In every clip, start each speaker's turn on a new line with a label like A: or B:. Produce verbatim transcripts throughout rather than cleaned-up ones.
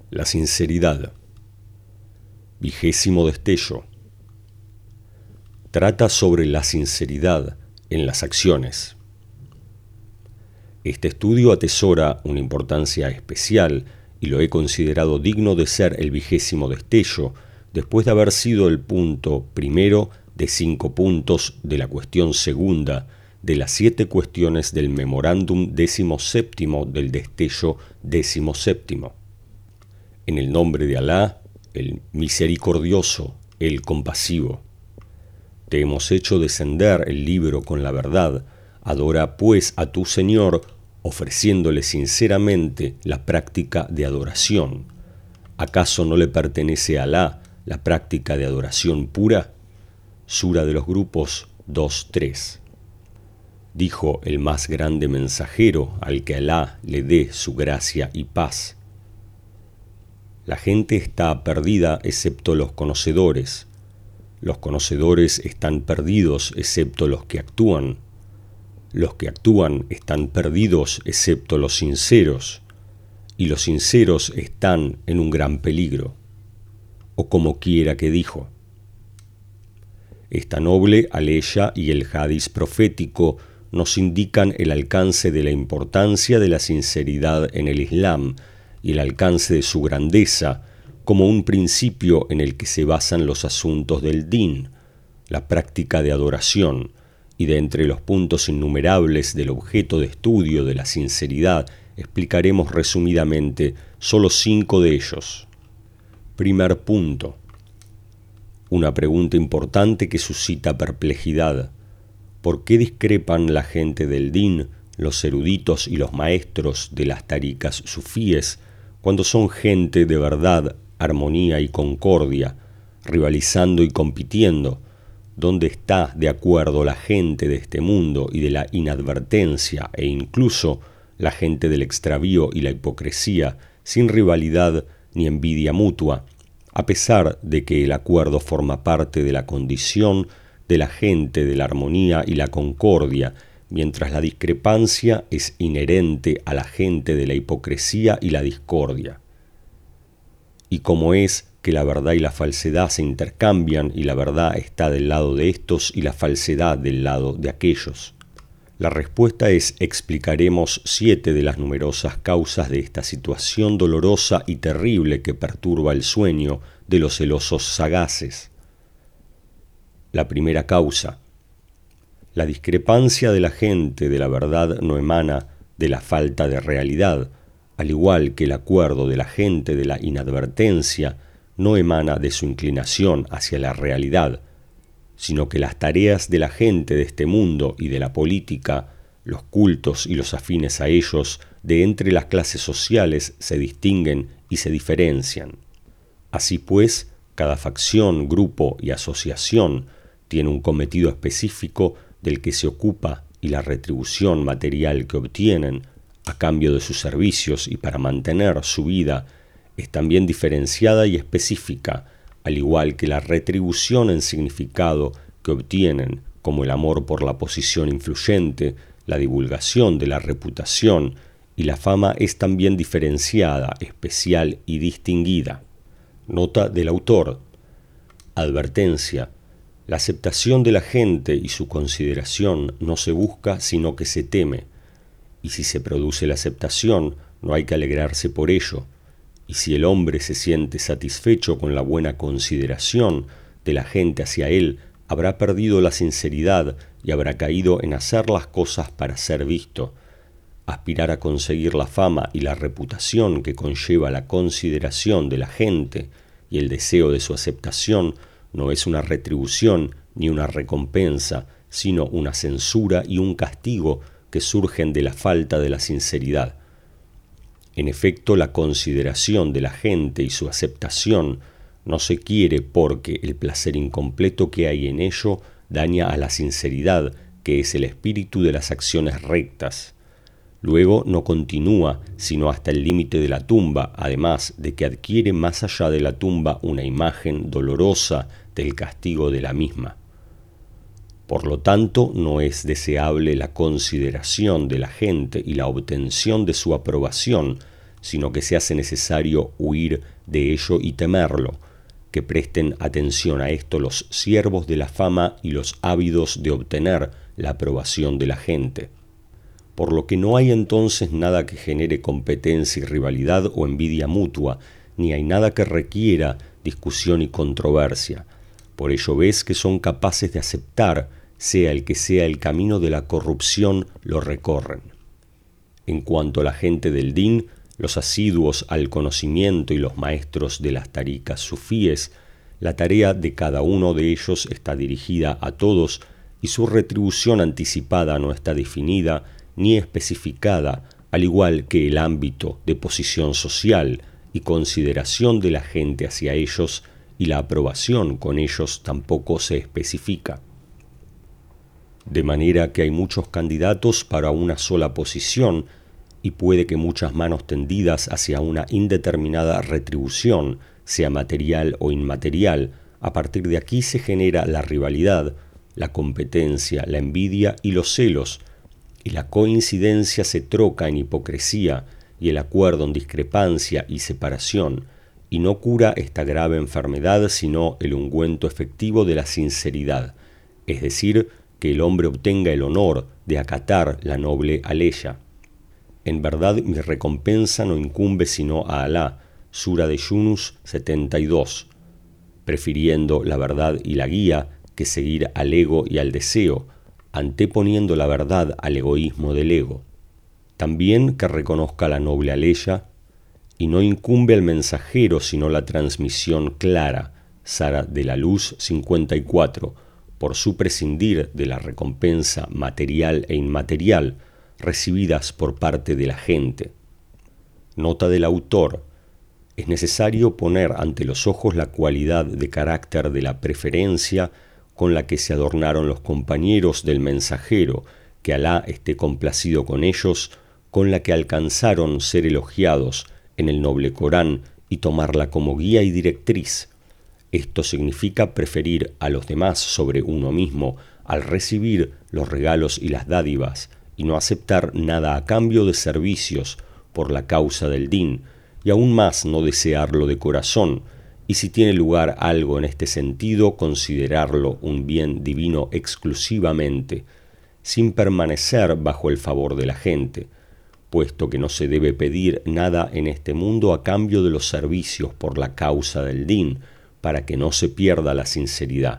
A: La sinceridad. Vigésimo destello. Trata sobre la sinceridad en las acciones. Este estudio atesora una importancia especial y lo he considerado digno de ser el vigésimo destello, después de haber sido el punto primero de cinco puntos de la cuestión segunda de las siete cuestiones del memorándum décimo séptimo del destello décimo séptimo. En el nombre de Alá, el misericordioso, el compasivo. Te hemos hecho descender el libro con la verdad. Adora pues a tu Señor, ofreciéndole sinceramente la práctica de adoración. ¿Acaso no le pertenece a Alá la práctica de adoración pura? Sura de los grupos dos tres. Dijo el más grande mensajero, al que Alá le dé su gracia y paz. La gente está perdida excepto los conocedores. Los conocedores están perdidos excepto los que actúan. Los que actúan están perdidos excepto los sinceros. Y los sinceros están en un gran peligro. O como quiera que dijo. Esta noble aleya y el hadiz profético nos indican el alcance de la importancia de la sinceridad en el Islam y el alcance de su grandeza como un principio en el que se basan los asuntos del din, la práctica de adoración, y de entre los puntos innumerables del objeto de estudio de la sinceridad explicaremos resumidamente solo cinco de ellos. Primer punto. Una pregunta importante que suscita perplejidad. ¿Por qué discrepan la gente del din, los eruditos y los maestros de las taricas sufíes, cuando son gente de verdad, armonía y concordia, rivalizando y compitiendo? ¿Dónde está de acuerdo la gente de este mundo y de la inadvertencia e incluso la gente del extravío y la hipocresía, sin rivalidad ni envidia mutua, a pesar de que el acuerdo forma parte de la condición de la gente de la armonía y la concordia, mientras la discrepancia es inherente a la gente de la hipocresía y la discordia? Y como es que la verdad y la falsedad se intercambian y la verdad está del lado de estos y la falsedad del lado de aquellos. La respuesta es: explicaremos siete de las numerosas causas de esta situación dolorosa y terrible que perturba el sueño de los celosos sagaces. La primera causa. La discrepancia de la gente de la verdad no emana de la falta de realidad, al igual que el acuerdo de la gente de la inadvertencia no emana de su inclinación hacia la realidad, sino que las tareas de la gente de este mundo y de la política, los cultos y los afines a ellos, de entre las clases sociales se distinguen y se diferencian. Así pues, cada facción, grupo y asociación tiene un cometido específico del que se ocupa y la retribución material que obtienen a cambio de sus servicios y para mantener su vida es también diferenciada y específica, al igual que la retribución en significado que obtienen, como el amor por la posición influyente, la divulgación de la reputación y la fama, es también diferenciada, especial y distinguida. Nota del autor. Advertencia. La aceptación de la gente y su consideración no se busca, sino que se teme. Y si se produce la aceptación, no hay que alegrarse por ello. Y si el hombre se siente satisfecho con la buena consideración de la gente hacia él, habrá perdido la sinceridad y habrá caído en hacer las cosas para ser visto. Aspirar a conseguir la fama y la reputación que conlleva la consideración de la gente y el deseo de su aceptación no es una retribución ni una recompensa, sino una censura y un castigo que surgen de la falta de la sinceridad. En efecto, la consideración de la gente y su aceptación no se quiere porque el placer incompleto que hay en ello daña a la sinceridad, que es el espíritu de las acciones rectas. Luego no continúa sino hasta el límite de la tumba, además de que adquiere más allá de la tumba una imagen dolorosa del castigo de la misma. Por lo tanto, no es deseable la consideración de la gente y la obtención de su aprobación, sino que se hace necesario huir de ello y temerlo, que presten atención a esto los siervos de la fama y los ávidos de obtener la aprobación de la gente. Por lo que no hay entonces nada que genere competencia y rivalidad o envidia mutua, ni hay nada que requiera discusión y controversia. Por ello ves que son capaces de aceptar, sea el que sea el camino de la corrupción, lo recorren. En cuanto a la gente del din, los asiduos al conocimiento y los maestros de las tarikas sufíes, la tarea de cada uno de ellos está dirigida a todos y su retribución anticipada no está definida ni especificada, al igual que el ámbito de posición social y consideración de la gente hacia ellos, y la aprobación con ellos tampoco se especifica. De manera que hay muchos candidatos para una sola posición, y puede que muchas manos tendidas hacia una indeterminada retribución, sea material o inmaterial. A partir de aquí se genera la rivalidad, la competencia, la envidia y los celos, y la coincidencia se troca en hipocresía y el acuerdo en discrepancia y separación, y no cura esta grave enfermedad sino el ungüento efectivo de la sinceridad, es decir, que el hombre obtenga el honor de acatar la noble aleya. En verdad mi recompensa no incumbe sino a Alá, Sura de Yunus setenta y dos, prefiriendo la verdad y la guía que seguir al ego y al deseo, anteponiendo la verdad al egoísmo del ego. También que reconozca la noble aleya, y no incumbe al mensajero sino la transmisión clara, Sara de la Luz cincuenta y cuatro, por su prescindir de la recompensa material e inmaterial recibidas por parte de la gente. Nota del autor: es necesario poner ante los ojos la cualidad de carácter de la preferencia con la que se adornaron los compañeros del mensajero, que Alá esté complacido con ellos, con la que alcanzaron ser elogiados en el noble Corán y tomarla como guía y directriz. Esto significa preferir a los demás sobre uno mismo al recibir los regalos y las dádivas, y no aceptar nada a cambio de servicios por la causa del din, y aún más no desearlo de corazón, y si tiene lugar algo en este sentido, considerarlo un bien divino exclusivamente, sin permanecer bajo el favor de la gente, puesto que no se debe pedir nada en este mundo a cambio de los servicios por la causa del din, para que no se pierda la sinceridad.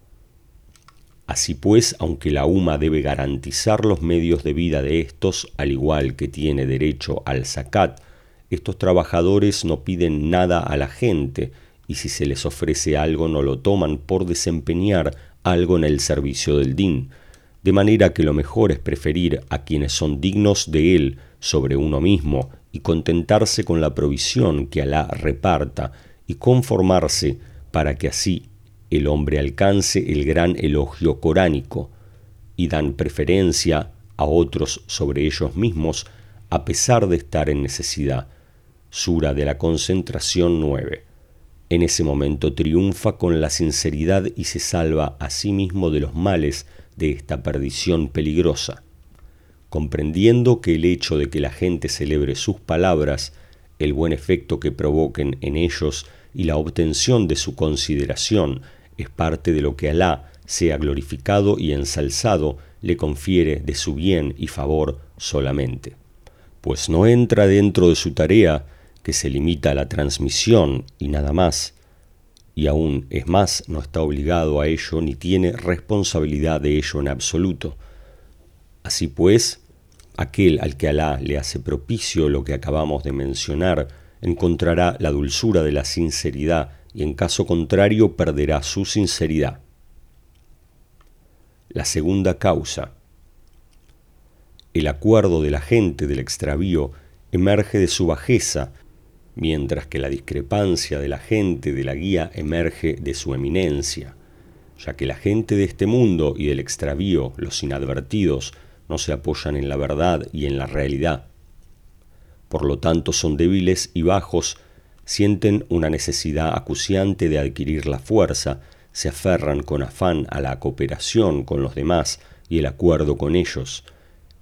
A: Así pues, aunque la umma debe garantizar los medios de vida de estos, al igual que tiene derecho al zakat, estos trabajadores no piden nada a la gente, y si se les ofrece algo no lo toman por desempeñar algo en el servicio del din, de manera que lo mejor es preferir a quienes son dignos de él sobre uno mismo y contentarse con la provisión que Alá reparta y conformarse para que así el hombre alcance el gran elogio coránico, y dan preferencia a otros sobre ellos mismos a pesar de estar en necesidad. Sura de la Concentración nueve. En ese momento triunfa con la sinceridad y se salva a sí mismo de los males de esta perdición peligrosa. Comprendiendo que el hecho de que la gente celebre sus palabras, el buen efecto que provoquen en ellos y la obtención de su consideración es parte de lo que Alá, sea glorificado y ensalzado, le confiere de su bien y favor solamente. Pues no entra dentro de su tarea, que se limita a la transmisión y nada más, y aún es más, no está obligado a ello ni tiene responsabilidad de ello en absoluto. Así pues, aquel al que Alá le hace propicio lo que acabamos de mencionar, encontrará la dulzura de la sinceridad y en caso contrario perderá su sinceridad. La segunda causa. El acuerdo de la gente del extravío emerge de su bajeza, mientras que la discrepancia de la gente de la guía emerge de su eminencia, ya que la gente de este mundo y del extravío, los inadvertidos, no se apoyan en la verdad y en la realidad. Por lo tanto son débiles y bajos, sienten una necesidad acuciante de adquirir la fuerza, se aferran con afán a la cooperación con los demás y el acuerdo con ellos,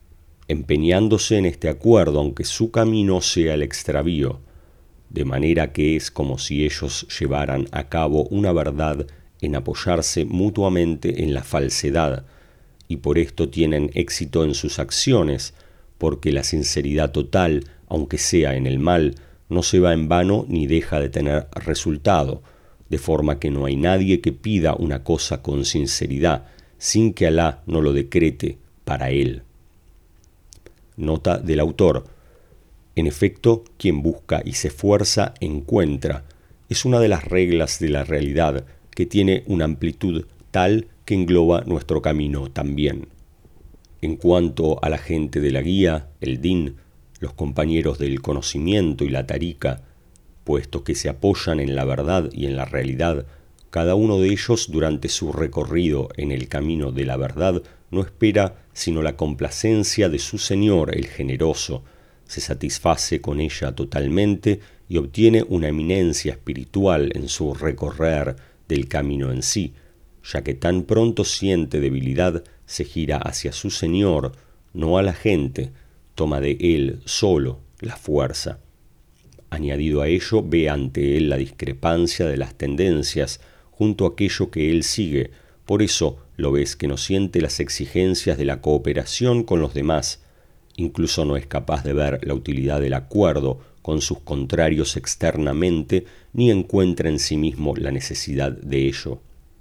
A: empeñándose en este acuerdo aunque su camino sea el extravío, de manera que es como si ellos llevaran a cabo una verdad en apoyarse mutuamente en la falsedad, y por esto tienen éxito en sus acciones, porque la sinceridad total, aunque sea en el mal, no se va en vano ni deja de tener resultado, de forma que no hay nadie que pida una cosa con sinceridad, sin que Alá no lo decrete para él. Nota del autor. En efecto, quien busca y se esfuerza, encuentra. Es una de las reglas de la realidad que tiene una amplitud tal que engloba nuestro camino también. En cuanto a la gente de la guía, el din, los compañeros del conocimiento y la tarika, puesto que se apoyan en la verdad y en la realidad, cada uno de ellos durante su recorrido en el camino de la verdad no espera sino la complacencia de su Señor, el generoso, se satisface con ella totalmente y obtiene una eminencia espiritual en su recorrer del camino en sí, ya que tan pronto siente debilidad, se gira hacia su Señor, no a la gente, toma de él solo la fuerza. Añadido a ello, ve ante él la discrepancia de las tendencias junto a aquello que él sigue, por eso lo ves que no siente las exigencias de la cooperación con los demás, incluso no es capaz de ver la utilidad del acuerdo con sus contrarios externamente, ni encuentra en sí mismo la necesidad de ello.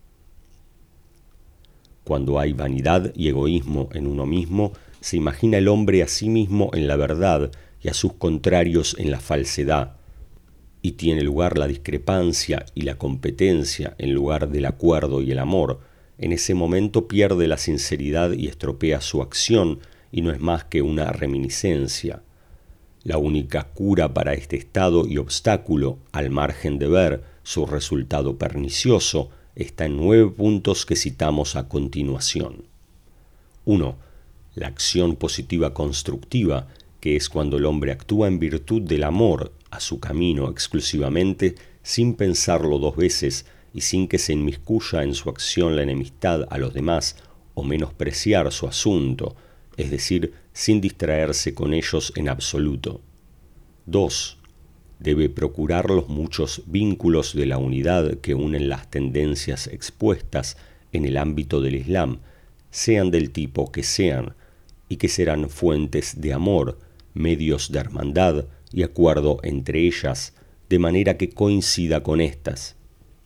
A: Cuando hay vanidad y egoísmo en uno mismo, se imagina el hombre a sí mismo en la verdad y a sus contrarios en la falsedad, y tiene lugar la discrepancia y la competencia en lugar del acuerdo y el amor. En ese momento pierde la sinceridad y estropea su acción, y no es más que una reminiscencia. La única cura para este estado y obstáculo, al margen de ver su resultado pernicioso, está en nueve puntos que citamos a continuación. uno. La acción positiva constructiva, que es cuando el hombre actúa en virtud del amor a su camino exclusivamente, sin pensarlo dos veces y sin que se inmiscuya en su acción la enemistad a los demás o menospreciar su asunto, es decir, sin distraerse con ellos en absoluto. dos. Debe procurar los muchos vínculos de la unidad que unen las tendencias expuestas en el ámbito del Islam, sean del tipo que sean, y que serán fuentes de amor, medios de hermandad y acuerdo entre ellas, de manera que coincida con éstas.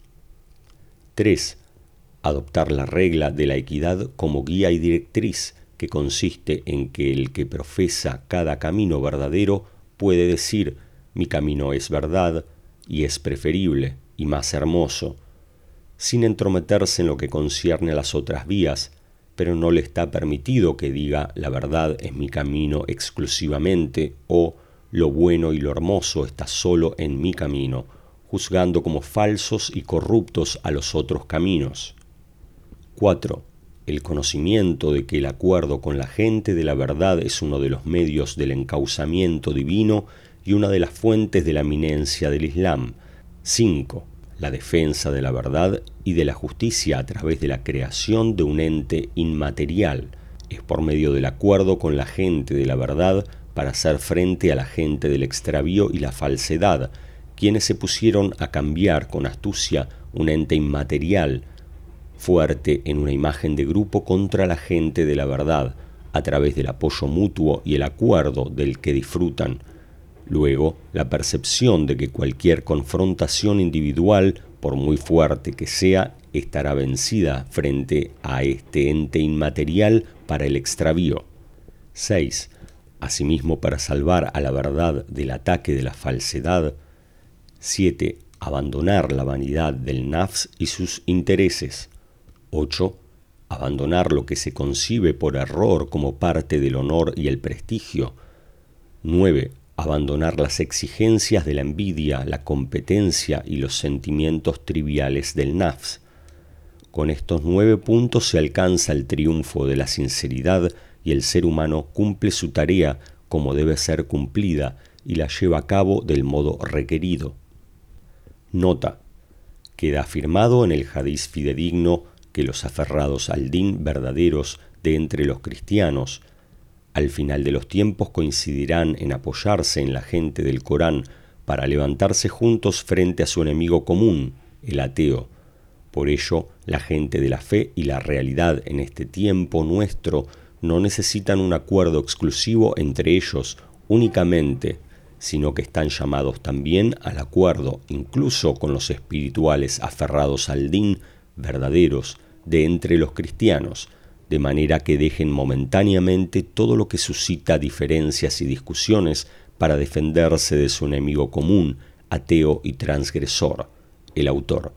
A: tres. Adoptar la regla de la equidad como guía y directriz, que consiste en que el que profesa cada camino verdadero puede decir: mi camino es verdad y es preferible y más hermoso, sin entrometerse en lo que concierne a las otras vías, pero no le está permitido que diga la verdad es mi camino exclusivamente o lo bueno y lo hermoso está solo en mi camino, juzgando como falsos y corruptos a los otros caminos. cuatro. El conocimiento de que el acuerdo con la gente de la verdad es uno de los medios del encauzamiento divino y una de las fuentes de la eminencia del Islam. cinco. La defensa de la verdad y de la justicia a través de la creación de un ente inmaterial. Es por medio del acuerdo con la gente de la verdad para hacer frente a la gente del extravío y la falsedad, quienes se pusieron a cambiar con astucia un ente inmaterial, fuerte en una imagen de grupo contra la gente de la verdad, a través del apoyo mutuo y el acuerdo del que disfrutan. Luego, la percepción de que cualquier confrontación individual, por muy fuerte que sea, estará vencida frente a este ente inmaterial para el extravío. seis. Asimismo, para salvar a la verdad del ataque de la falsedad. siete. Abandonar la vanidad del nafs y sus intereses. ocho. Abandonar lo que se concibe por error como parte del honor y el prestigio. nueve. Abandonar las exigencias de la envidia, la competencia y los sentimientos triviales del nafs. Con estos nueve puntos se alcanza el triunfo de la sinceridad y el ser humano cumple su tarea como debe ser cumplida y la lleva a cabo del modo requerido. Nota. Queda afirmado en el hadiz fidedigno que los aferrados al din verdaderos de entre los cristianos, al final de los tiempos coincidirán en apoyarse en la gente del Corán para levantarse juntos frente a su enemigo común, el ateo. Por ello, la gente de la fe y la realidad en este tiempo nuestro no necesitan un acuerdo exclusivo entre ellos únicamente, sino que están llamados también al acuerdo, incluso con los espirituales aferrados al din verdaderos de entre los cristianos, de manera que dejen momentáneamente todo lo que suscita diferencias y discusiones para defenderse de su enemigo común, ateo y transgresor, el autor.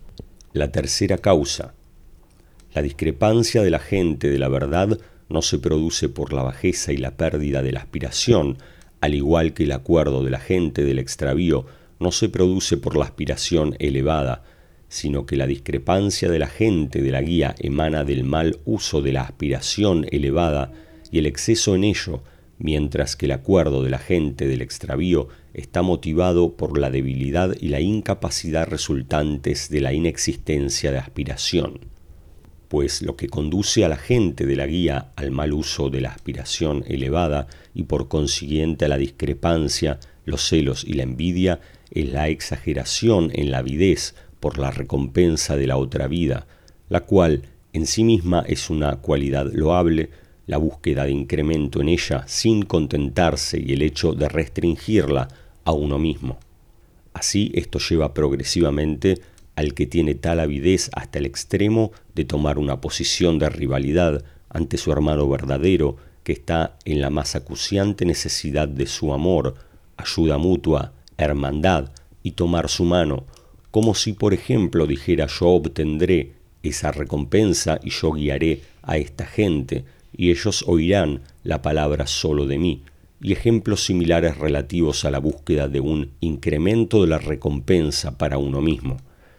A: La tercera causa. La discrepancia de la gente de la verdad no se produce por la bajeza y la pérdida de la aspiración, al igual que el acuerdo de la gente del extravío no se produce por la aspiración elevada, sino que la discrepancia de la gente de la guía emana del mal uso de la aspiración elevada y el exceso en ello, mientras que el acuerdo de la gente del extravío está motivado por la debilidad y la incapacidad resultantes de la inexistencia de aspiración. Pues lo que conduce a la gente de la guía al mal uso de la aspiración elevada y por consiguiente a la discrepancia, los celos y la envidia es la exageración en la avidez por la recompensa de la otra vida, la cual en sí misma es una cualidad loable, la búsqueda de incremento en ella sin contentarse y el hecho de restringirla a uno mismo. Así esto lleva progresivamente al que tiene tal avidez hasta el extremo de tomar una posición de rivalidad ante su hermano verdadero que está en la más acuciante necesidad de su amor, ayuda mutua, hermandad y tomar su mano, como si por ejemplo dijera yo obtendré esa recompensa y yo guiaré a esta gente y ellos oirán la palabra solo de mí, y ejemplos similares relativos a la búsqueda de un incremento de la recompensa para uno mismo.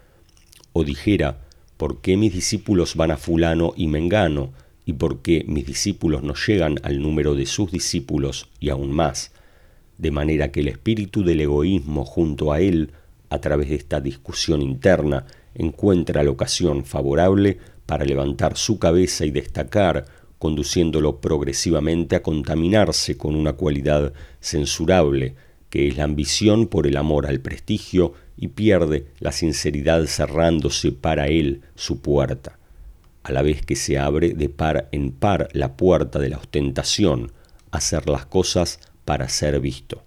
A: O dijera, ¿por qué mis discípulos van a fulano y mengano? ¿Y por qué mis discípulos no llegan al número de sus discípulos y aún más? De manera que el espíritu del egoísmo junto a él, a través de esta discusión interna, encuentra la ocasión favorable para levantar su cabeza y destacar, conduciéndolo progresivamente a contaminarse con una cualidad censurable, que es la ambición por el amor al prestigio, y pierde la sinceridad cerrándose para él su puerta, a la vez que se abre de par en par la puerta de la ostentación, hacer las cosas para ser visto.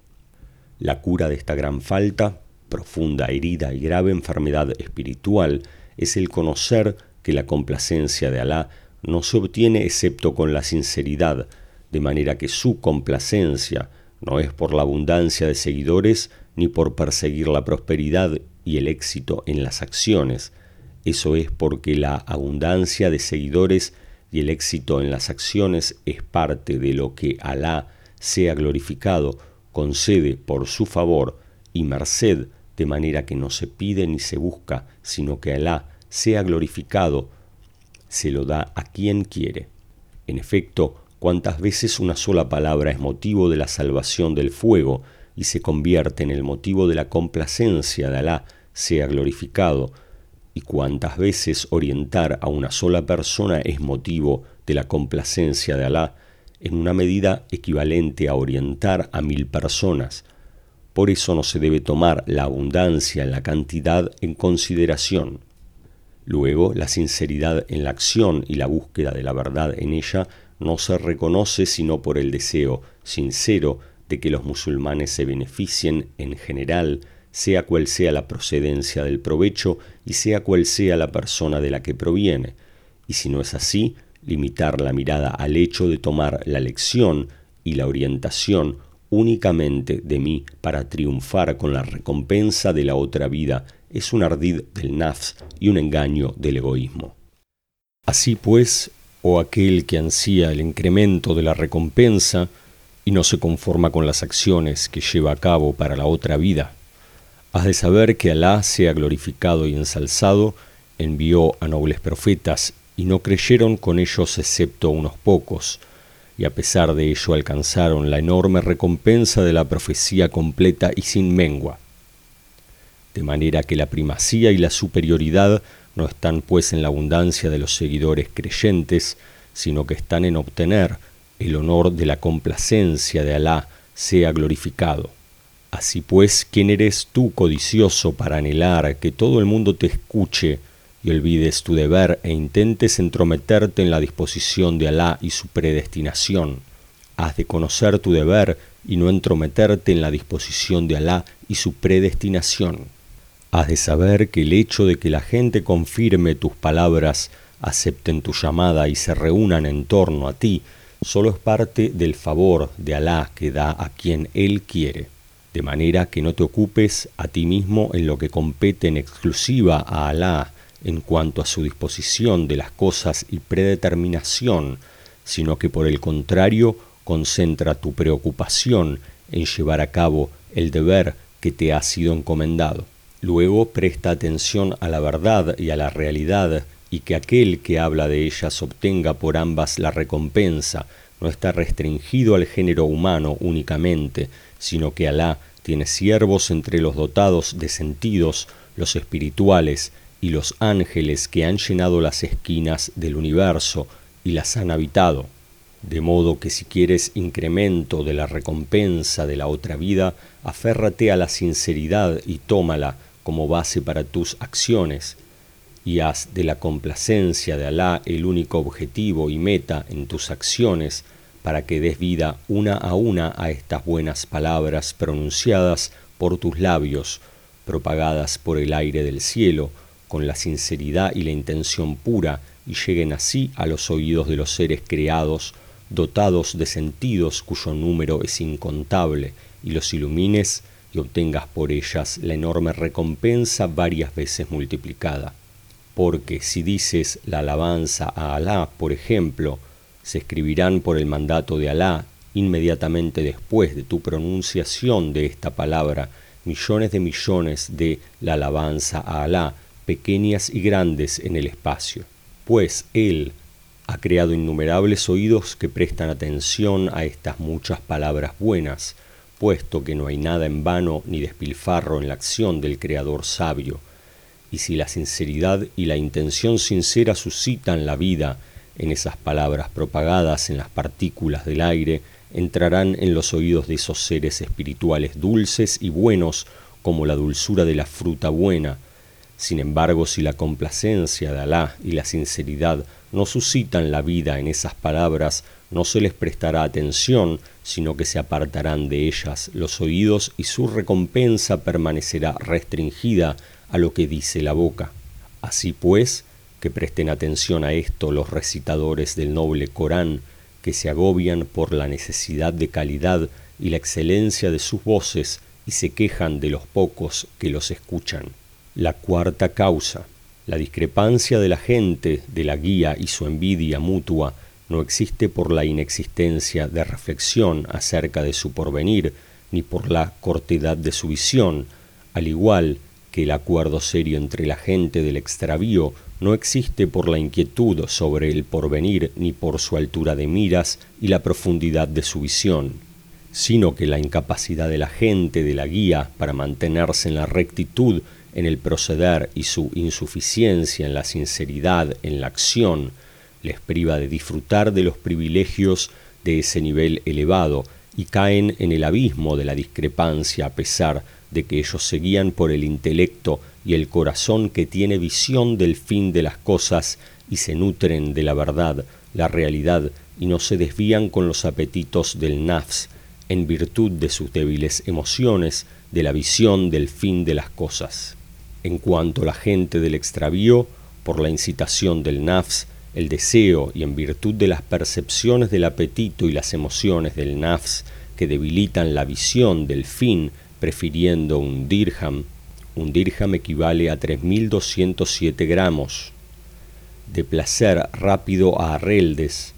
A: La cura de esta gran falta, profunda herida y grave enfermedad espiritual, es el conocer que la complacencia de Alá no se obtiene excepto con la sinceridad, de manera que su complacencia no es por la abundancia de seguidores ni por perseguir la prosperidad y el éxito en las acciones. Eso es porque la abundancia de seguidores y el éxito en las acciones es parte de lo que Alá, sea glorificado, concede por su favor y merced, de manera que no se pide ni se busca, sino que Alá, sea glorificado, se lo da a quien quiere. En efecto, cuántas veces una sola palabra es motivo de la salvación del fuego y se convierte en el motivo de la complacencia de Alá, sea glorificado, y cuántas veces orientar a una sola persona es motivo de la complacencia de Alá, en una medida equivalente a orientar a mil personas. Por eso no se debe tomar la abundancia en la cantidad en consideración. Luego, la sinceridad en la acción y la búsqueda de la verdad en ella no se reconoce sino por el deseo sincero de que los musulmanes se beneficien en general, sea cual sea la procedencia del provecho y sea cual sea la persona de la que proviene. Y si no es así, limitar la mirada al hecho de tomar la lección y la orientación únicamente de mí para triunfar con la recompensa de la otra vida es un ardid del nafs y un engaño del egoísmo. Así pues, oh aquel que ansía el incremento de la recompensa y no se conforma con las acciones que lleva a cabo para la otra vida, has de saber que Alá, sea glorificado y ensalzado, envió a nobles profetas y no creyeron con ellos excepto unos pocos, y a pesar de ello alcanzaron la enorme recompensa de la profecía completa y sin mengua. De manera que la primacía y la superioridad no están pues en la abundancia de los seguidores creyentes, sino que están en obtener el honor de la complacencia de Alá sea glorificado. Así pues, ¿quién eres tú, codicioso, para anhelar que todo el mundo te escuche y olvides tu deber e intentes entrometerte en la disposición de Alá y su predestinación? Has de conocer tu deber y no entrometerte en la disposición de Alá y su predestinación. Has de saber que el hecho de que la gente confirme tus palabras, acepten tu llamada y se reúnan en torno a ti, solo es parte del favor de Alá que da a quien Él quiere. De manera que no te ocupes a ti mismo en lo que compete en exclusiva a Alá en cuanto a su disposición de las cosas y predeterminación, sino que por el contrario concentra tu preocupación en llevar a cabo el deber que te ha sido encomendado. Luego presta atención a la verdad y a la realidad, y que aquel que habla de ellas obtenga por ambas la recompensa, no está restringido al género humano únicamente, sino que Alá tiene siervos entre los dotados de sentidos, los espirituales y los ángeles que han llenado las esquinas del universo y las han habitado. De modo que si quieres incremento de la recompensa de la otra vida, aférrate a la sinceridad y tómala como base para tus acciones, y haz de la complacencia de Alá el único objetivo y meta en tus acciones, para que des vida una a una a estas buenas palabras pronunciadas por tus labios, propagadas por el aire del cielo, con la sinceridad y la intención pura, y lleguen así a los oídos de los seres creados, dotados de sentidos cuyo número es incontable, y los ilumines y obtengas por ellas la enorme recompensa varias veces multiplicada. Porque si dices la alabanza a Alá, por ejemplo, se escribirán por el mandato de Alá, inmediatamente después de tu pronunciación de esta palabra, millones de millones de la alabanza a Alá, pequeñas y grandes en el espacio. Pues Él ha creado innumerables oídos que prestan atención a estas muchas palabras buenas, puesto que no hay nada en vano ni despilfarro en la acción del Creador sabio. Y si la sinceridad y la intención sincera suscitan la vida en esas palabras propagadas en las partículas del aire, entrarán en los oídos de esos seres espirituales dulces y buenos como la dulzura de la fruta buena. Sin embargo, si la complacencia de Alá y la sinceridad no suscitan la vida en esas palabras, no se les prestará atención, sino que se apartarán de ellas los oídos y su recompensa permanecerá restringida a lo que dice la boca. Así pues, que presten atención a esto los recitadores del noble Corán, que se agobian por la necesidad de calidad y la excelencia de sus voces y se quejan de los pocos que los escuchan. La cuarta causa, la discrepancia de la gente de la guía y su envidia mutua, no existe por la inexistencia de reflexión acerca de su porvenir, ni por la cortedad de su visión, al igual que el acuerdo serio entre la gente del extravío no existe por la inquietud sobre el porvenir ni por su altura de miras y la profundidad de su visión, sino que la incapacidad de la gente de la guía para mantenerse en la rectitud en el proceder y su insuficiencia en la sinceridad en la acción les priva de disfrutar de los privilegios de ese nivel elevado y caen en el abismo de la discrepancia a pesar de que ellos se guían por el intelecto y el corazón que tiene visión del fin de las cosas y se nutren de la verdad, la realidad y no se desvían con los apetitos del nafs en virtud de sus débiles emociones de la visión del fin de las cosas. En cuanto a la gente del extravío, por la incitación del nafs, el deseo y en virtud de las percepciones del apetito y las emociones del nafs que debilitan la visión del fin, prefiriendo un dirham. Un dirham equivale a tres mil doscientos siete gramos de placer rápido a arreldes.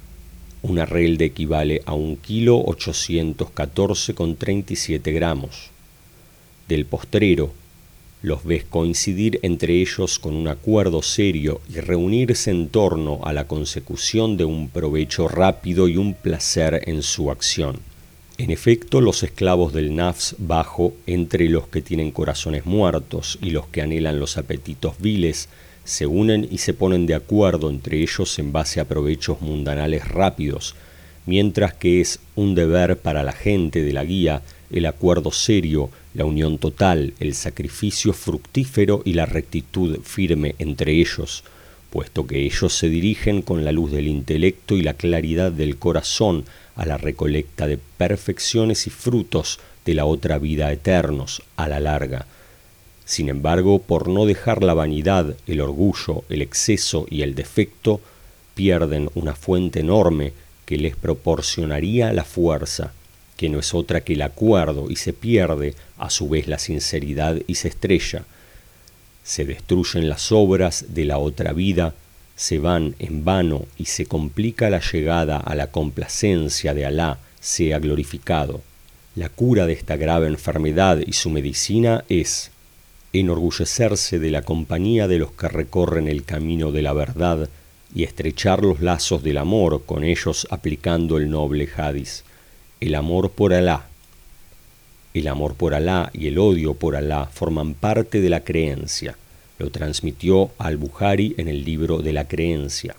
A: Un arrelde equivale a un kilo ochocientos catorce con treinta y siete gramos. Del postrero, los ves coincidir entre ellos con un acuerdo serio y reunirse en torno a la consecución de un provecho rápido y un placer en su acción. En efecto, los esclavos del nafs bajo, entre los que tienen corazones muertos y los que anhelan los apetitos viles, se unen y se ponen de acuerdo entre ellos en base a provechos mundanales rápidos, mientras que es un deber para la gente de la guía el acuerdo serio, la unión total, el sacrificio fructífero y la rectitud firme entre ellos, puesto que ellos se dirigen con la luz del intelecto y la claridad del corazón a la recolecta de perfecciones y frutos de la otra vida eternos a la larga. Sin embargo, por no dejar la vanidad, el orgullo, el exceso y el defecto, pierden una fuente enorme que les proporcionaría la fuerza, que no es otra que el acuerdo, y se pierde a su vez la sinceridad y se estrella. Se destruyen las obras de la otra vida, se van en vano y se complica la llegada a la complacencia de Alá, sea glorificado. La cura de esta grave enfermedad y su medicina es enorgullecerse de la compañía de los que recorren el camino de la verdad y estrechar los lazos del amor con ellos aplicando el noble hadís. El amor por Alá. El amor por Alá y el odio por Alá forman parte de la creencia. Lo transmitió al-Bukhari en el libro de la creencia.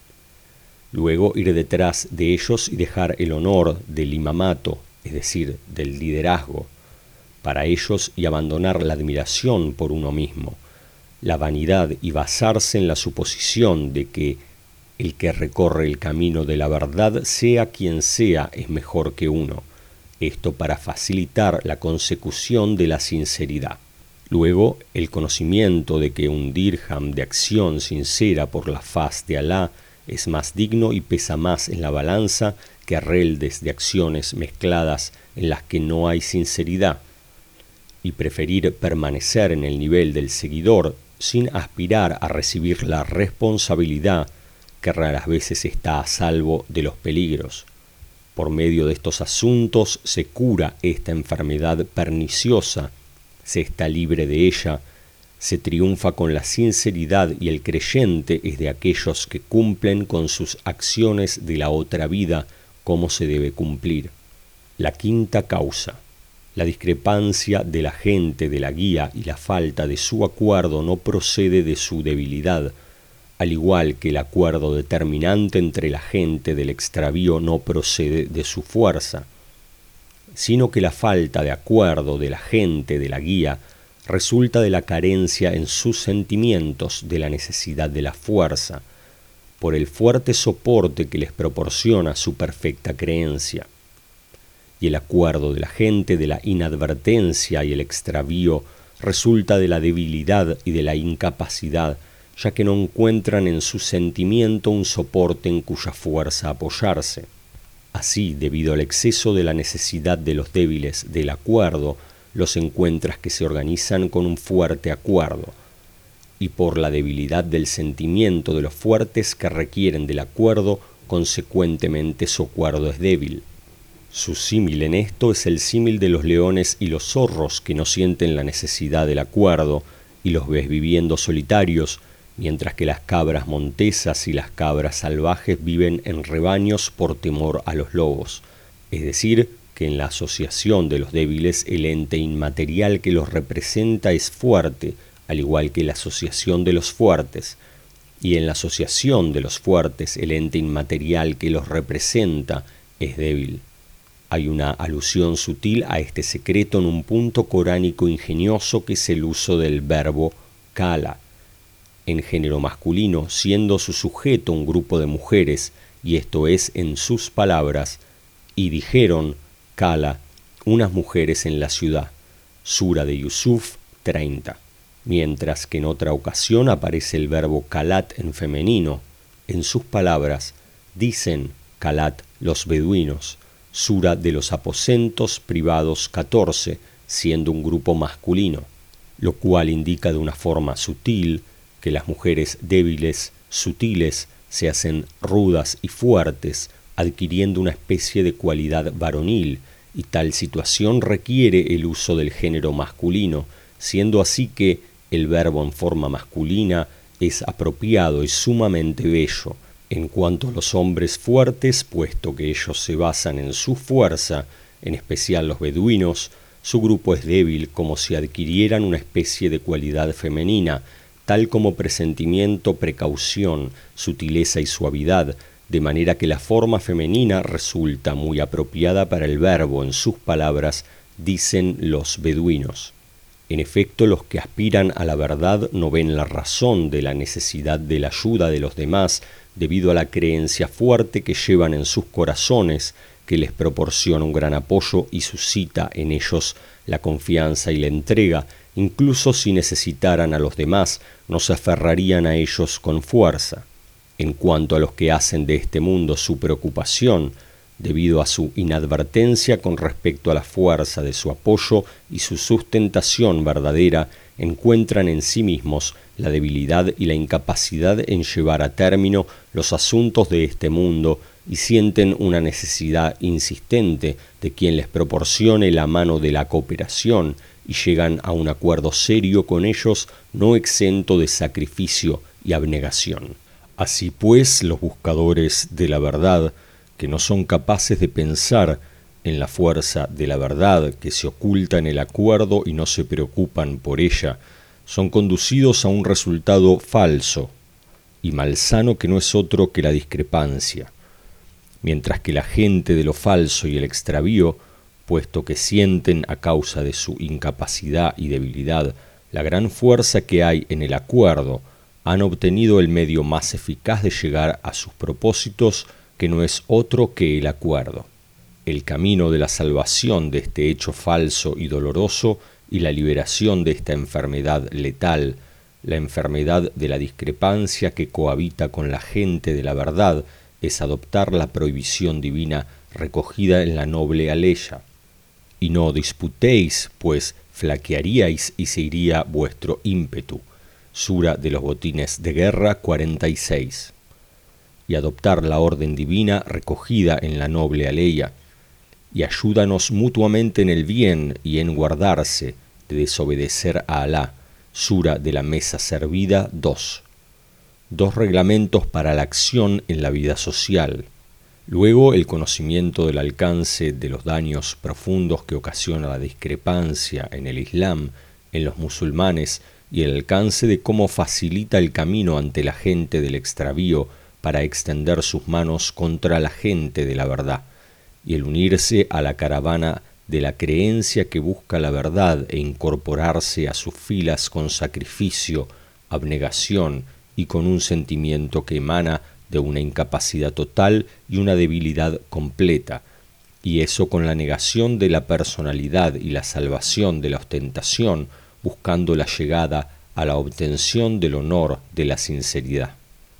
A: Luego ir detrás de ellos y dejar el honor del imamato, es decir, del liderazgo, para ellos y abandonar la admiración por uno mismo, la vanidad y basarse en la suposición de que el que recorre el camino de la verdad, sea quien sea, es mejor que uno. Esto para facilitar la consecución de la sinceridad. Luego, el conocimiento de que un dirham de acción sincera por la faz de Alá es más digno y pesa más en la balanza que reldes de acciones mezcladas en las que no hay sinceridad, y preferir permanecer en el nivel del seguidor sin aspirar a recibir la responsabilidad que raras veces está a salvo de los peligros. Por medio de estos asuntos se cura esta enfermedad perniciosa, se está libre de ella, se triunfa con la sinceridad y el creyente es de aquellos que cumplen con sus acciones de la otra vida como se debe cumplir. La quinta causa. La discrepancia de la gente de la guía y la falta de su acuerdo no procede de su debilidad, al igual que el acuerdo determinante entre la gente del extravío no procede de su fuerza, sino que la falta de acuerdo de la gente de la guía resulta de la carencia en sus sentimientos de la necesidad de la fuerza, por el fuerte soporte que les proporciona su perfecta creencia. Y el acuerdo de la gente de la inadvertencia y el extravío resulta de la debilidad y de la incapacidad, ya que no encuentran en su sentimiento un soporte en cuya fuerza apoyarse. Así, debido al exceso de la necesidad de los débiles del acuerdo, los encuentras que se organizan con un fuerte acuerdo, y por la debilidad del sentimiento de los fuertes que requieren del acuerdo, consecuentemente su acuerdo es débil. Su símil en esto es el símil de los leones y los zorros que no sienten la necesidad del acuerdo y los ves viviendo solitarios, mientras que las cabras montesas y las cabras salvajes viven en rebaños por temor a los lobos. Es decir, que en la asociación de los débiles el ente inmaterial que los representa es fuerte, al igual que la asociación de los fuertes, y en la asociación de los fuertes el ente inmaterial que los representa es débil. Hay una alusión sutil a este secreto en un punto coránico ingenioso que es el uso del verbo kala, en género masculino, siendo su sujeto un grupo de mujeres, y esto es en sus palabras, y dijeron, kala, unas mujeres en la ciudad, Sura de Yusuf treinta, mientras que en otra ocasión aparece el verbo kalat en femenino, en sus palabras, dicen kalat los beduinos, Sura de los aposentos privados catorce, siendo un grupo masculino, lo cual indica de una forma sutil que las mujeres débiles, sutiles, se hacen rudas y fuertes, adquiriendo una especie de cualidad varonil, y tal situación requiere el uso del género masculino, siendo así que el verbo en forma masculina es apropiado y sumamente bello. En cuanto a los hombres fuertes, puesto que ellos se basan en su fuerza, en especial los beduinos, su grupo es débil como si adquirieran una especie de cualidad femenina, tal como presentimiento, precaución, sutileza y suavidad, de manera que la forma femenina resulta muy apropiada para el verbo en sus palabras, dicen los beduinos. En efecto, los que aspiran a la verdad no ven la razón de la necesidad de la ayuda de los demás debido a la creencia fuerte que llevan en sus corazones, que les proporciona un gran apoyo y suscita en ellos la confianza y la entrega. Incluso si necesitaran a los demás, no se aferrarían a ellos con fuerza. En cuanto a los que hacen de este mundo su preocupación, debido a su inadvertencia con respecto a la fuerza de su apoyo y su sustentación verdadera, encuentran en sí mismos la debilidad y la incapacidad en llevar a término los asuntos de este mundo y sienten una necesidad insistente de quien les proporcione la mano de la cooperación y llegan a un acuerdo serio con ellos, no exento de sacrificio y abnegación. Así pues, los buscadores de la verdad, que no son capaces de pensar en la fuerza de la verdad que se oculta en el acuerdo y no se preocupan por ella, son conducidos a un resultado falso y malsano que no es otro que la discrepancia, mientras que la gente de lo falso y el extravío, puesto que sienten a causa de su incapacidad y debilidad la gran fuerza que hay en el acuerdo, han obtenido el medio más eficaz de llegar a sus propósitos, que no es otro que el acuerdo. El camino de la salvación de este hecho falso y doloroso y la liberación de esta enfermedad letal, la enfermedad de la discrepancia que cohabita con la gente de la verdad, es adoptar la prohibición divina recogida en la noble aleya. Y no disputéis, pues flaquearíais y se iría vuestro ímpetu. Sura de los botines de guerra cuarenta y seis. Y adoptar la orden divina recogida en la noble aleya, y ayúdanos mutuamente en el bien y en guardarse de desobedecer a Alá. Sura de la mesa servida dos. Dos reglamentos para la acción en la vida social. Luego, el conocimiento del alcance de los daños profundos que ocasiona la discrepancia en el Islam, en los musulmanes, y el alcance de cómo facilita el camino ante la gente del extravío para extender sus manos contra la gente de la verdad, y el unirse a la caravana de la creencia que busca la verdad e incorporarse a sus filas con sacrificio, abnegación y con un sentimiento que emana de una incapacidad total y una debilidad completa, y eso con la negación de la personalidad y la salvación de la ostentación, buscando la llegada a la obtención del honor de la sinceridad.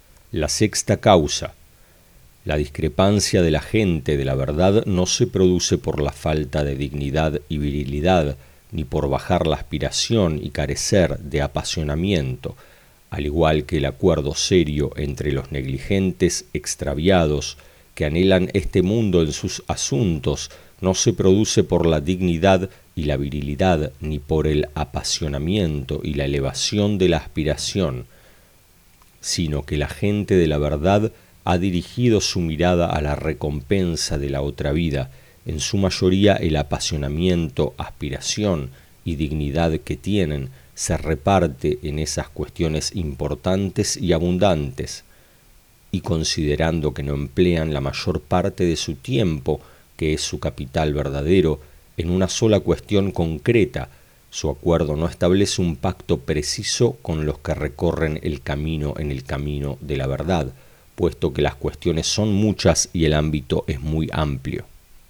A: La sexta causa. La discrepancia de la gente de la verdad no se produce por la falta de dignidad y virilidad, ni por bajar la aspiración y carecer de apasionamiento, al igual que el acuerdo serio entre los negligentes extraviados que anhelan este mundo en sus asuntos no se produce por la dignidad y la virilidad, ni por el apasionamiento y la elevación de la aspiración, sino que la gente de la verdad ha dirigido su mirada a la recompensa de la otra vida, en su mayoría el apasionamiento, aspiración y dignidad que tienen se reparte en esas cuestiones importantes y abundantes, y considerando que no emplean la mayor parte de su tiempo, que es su capital verdadero, en una sola cuestión concreta, su acuerdo no establece un pacto preciso con los que recorren el camino en el camino de la verdad, puesto que las cuestiones son muchas y el ámbito es muy amplio.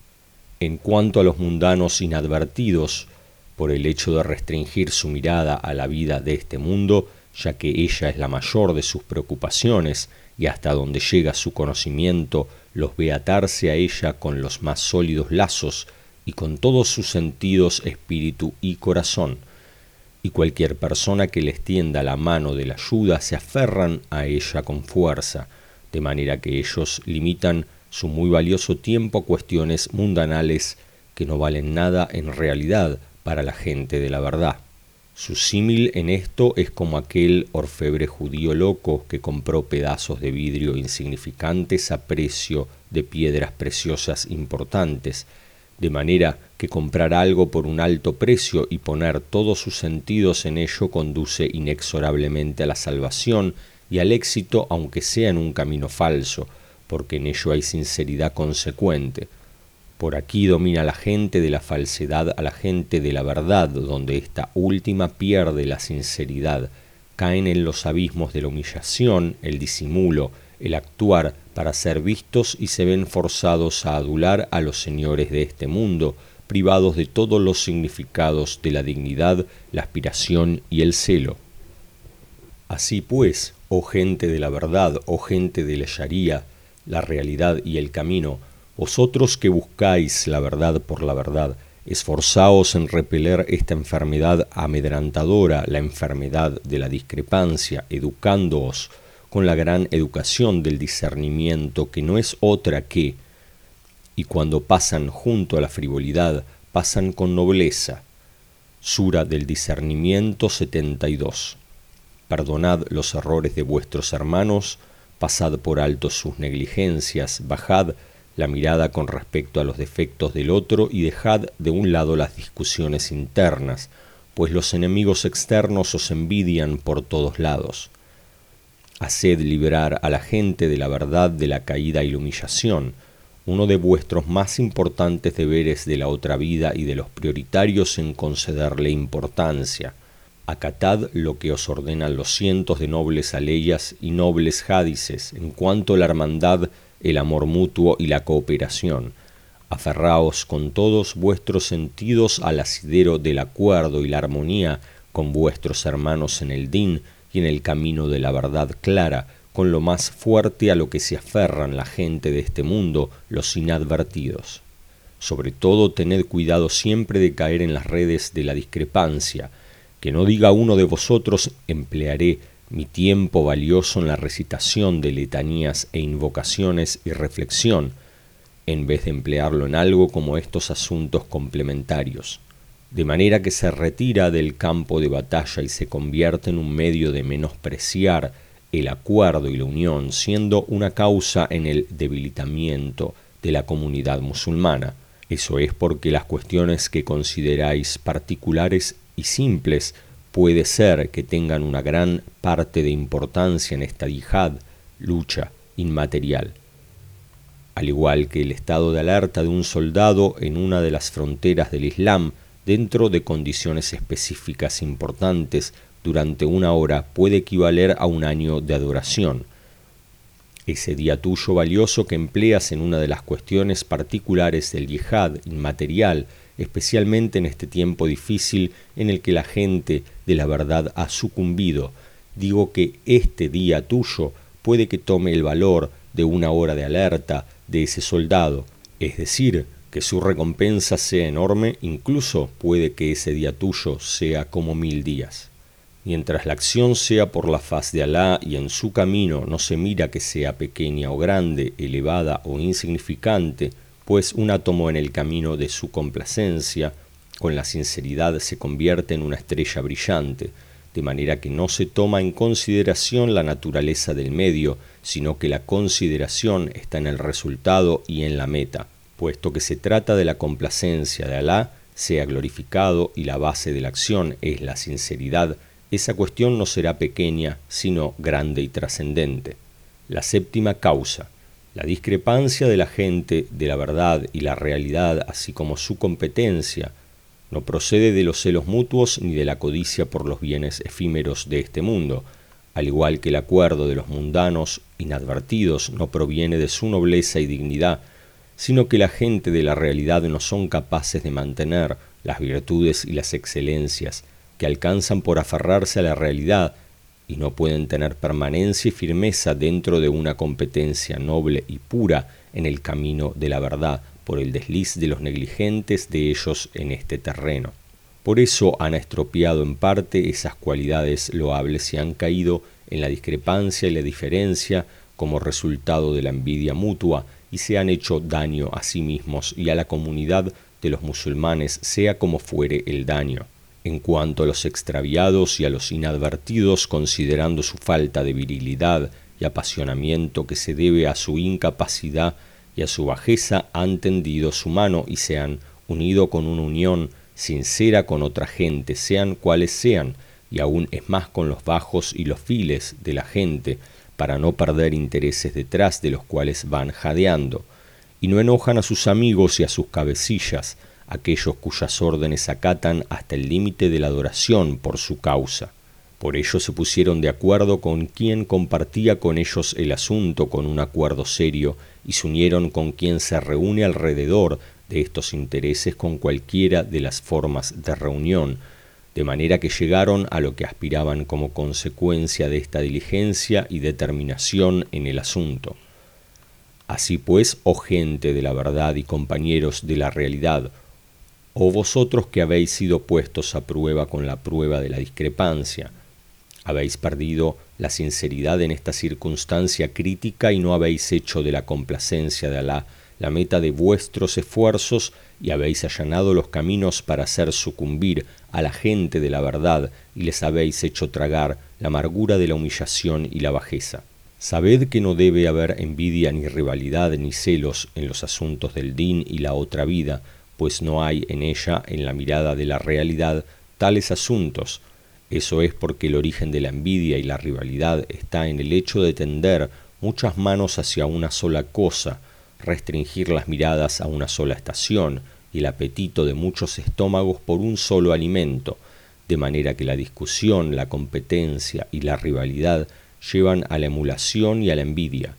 A: En cuanto a los mundanos inadvertidos, por el hecho de restringir su mirada a la vida de este mundo, ya que ella es la mayor de sus preocupaciones, y hasta donde llega su conocimiento los ve atarse a ella con los más sólidos lazos y con todos sus sentidos, espíritu y corazón, y cualquier persona que les tienda la mano de la ayuda se aferran a ella con fuerza, de manera que ellos limitan su muy valioso tiempo a cuestiones mundanales que no valen nada en realidad para la gente de la verdad. Su símil en esto es como aquel orfebre judío loco que compró pedazos de vidrio insignificantes a precio de piedras preciosas importantes, de manera que comprar algo por un alto precio y poner todos sus sentidos en ello conduce inexorablemente a la salvación y al éxito, aunque sea en un camino falso, porque en ello hay sinceridad consecuente. Por aquí domina la gente de la falsedad a la gente de la verdad, donde esta última pierde la sinceridad. Caen en los abismos de la humillación, el disimulo, el actuar para ser vistos y se ven forzados a adular a los señores de este mundo, privados de todos los significados de la dignidad, la aspiración y el celo. Así pues, oh gente de la verdad, oh gente de la Sharía, la realidad y el camino, vosotros que buscáis la verdad por la verdad, esforzaos en repeler esta enfermedad amedrantadora, la enfermedad de la discrepancia, educándoos con la gran educación del discernimiento, que no es otra que, y cuando pasan junto a la frivolidad, pasan con nobleza. Sura del discernimiento setenta y dos. Perdonad los errores de vuestros hermanos, pasad por alto sus negligencias, bajad la mirada con respecto a los defectos del otro y dejad de un lado las discusiones internas, pues los enemigos externos os envidian por todos lados. Haced librar a la gente de la verdad de la caída y la humillación, uno de vuestros más importantes deberes de la otra vida y de los prioritarios en concederle importancia. Acatad lo que os ordenan los cientos de nobles aleyas y nobles hadices en cuanto a la hermandad, el amor mutuo y la cooperación. Aferraos con todos vuestros sentidos al asidero del acuerdo y la armonía con vuestros hermanos en el din y en el camino de la verdad clara, con lo más fuerte a lo que se aferran la gente de este mundo, los inadvertidos. Sobre todo tened cuidado siempre de caer en las redes de la discrepancia, que no diga uno de vosotros: emplearé mi tiempo valioso en la recitación de letanías e invocaciones y reflexión, en vez de emplearlo en algo como estos asuntos complementarios, de manera que se retira del campo de batalla y se convierte en un medio de menospreciar el acuerdo y la unión, siendo una causa en el debilitamiento de la comunidad musulmana. Eso es porque las cuestiones que consideráis particulares y simples puede ser que tengan una gran parte de importancia en esta yihad, lucha inmaterial. Al igual que el estado de alerta de un soldado en una de las fronteras del Islam, dentro de condiciones específicas importantes, durante una hora puede equivaler a un año de adoración. Ese día tuyo valioso que empleas en una de las cuestiones particulares del yihad inmaterial, especialmente en este tiempo difícil en el que la gente de la verdad ha sucumbido, digo que este día tuyo puede que tome el valor de una hora de alerta de ese soldado, es decir, que su recompensa sea enorme, incluso puede que ese día tuyo sea como mil días. Mientras la acción sea por la faz de Alá y en su camino no se mira que sea pequeña o grande, elevada o insignificante, pues un átomo en el camino de su complacencia, con la sinceridad se convierte en una estrella brillante, de manera que no se toma en consideración la naturaleza del medio, sino que la consideración está en el resultado y en la meta, puesto que se trata de la complacencia de Alá, sea glorificado y la base de la acción es la sinceridad. Esa cuestión no será pequeña, sino grande y trascendente. La séptima causa. La discrepancia de la gente de la verdad y la realidad, así como su competencia, no procede de los celos mutuos ni de la codicia por los bienes efímeros de este mundo, al igual que el acuerdo de los mundanos inadvertidos no proviene de su nobleza y dignidad, sino que la gente de la realidad no son capaces de mantener las virtudes y las excelencias que alcanzan por aferrarse a la realidad y no pueden tener permanencia y firmeza dentro de una competencia noble y pura en el camino de la verdad, por el desliz de los negligentes de ellos en este terreno. Por eso han estropeado en parte esas cualidades loables y han caído en la discrepancia y la diferencia como resultado de la envidia mutua y se han hecho daño a sí mismos y a la comunidad de los musulmanes, sea como fuere el daño. En cuanto a los extraviados y a los inadvertidos, considerando su falta de virilidad y apasionamiento que se debe a su incapacidad y a su bajeza, han tendido su mano y se han unido con una unión sincera con otra gente, sean cuales sean, y aún es más con los bajos y los files de la gente, para no perder intereses detrás de los cuales van jadeando, y no enojan a sus amigos y a sus cabecillas, aquellos cuyas órdenes acatan hasta el límite de la adoración por su causa. Por ello se pusieron de acuerdo con quien compartía con ellos el asunto con un acuerdo serio, y se unieron con quien se reúne alrededor de estos intereses con cualquiera de las formas de reunión, de manera que llegaron a lo que aspiraban como consecuencia de esta diligencia y determinación en el asunto. Así pues, oh gente de la verdad y compañeros de la realidad, oh vosotros que habéis sido puestos a prueba con la prueba de la discrepancia, habéis perdido la sinceridad en esta circunstancia crítica y no habéis hecho de la complacencia de Alá la meta de vuestros esfuerzos y habéis allanado los caminos para hacer sucumbir a la gente de la verdad y les habéis hecho tragar la amargura de la humillación y la bajeza. Sabed que no debe haber envidia ni rivalidad ni celos en los asuntos del din y la otra vida, pues no hay en ella, en la mirada de la realidad, tales asuntos. Eso es porque el origen de la envidia y la rivalidad está en el hecho de tender muchas manos hacia una sola cosa, restringir las miradas a una sola estación y el apetito de muchos estómagos por un solo alimento, de manera que la discusión, la competencia y la rivalidad llevan a la emulación y a la envidia.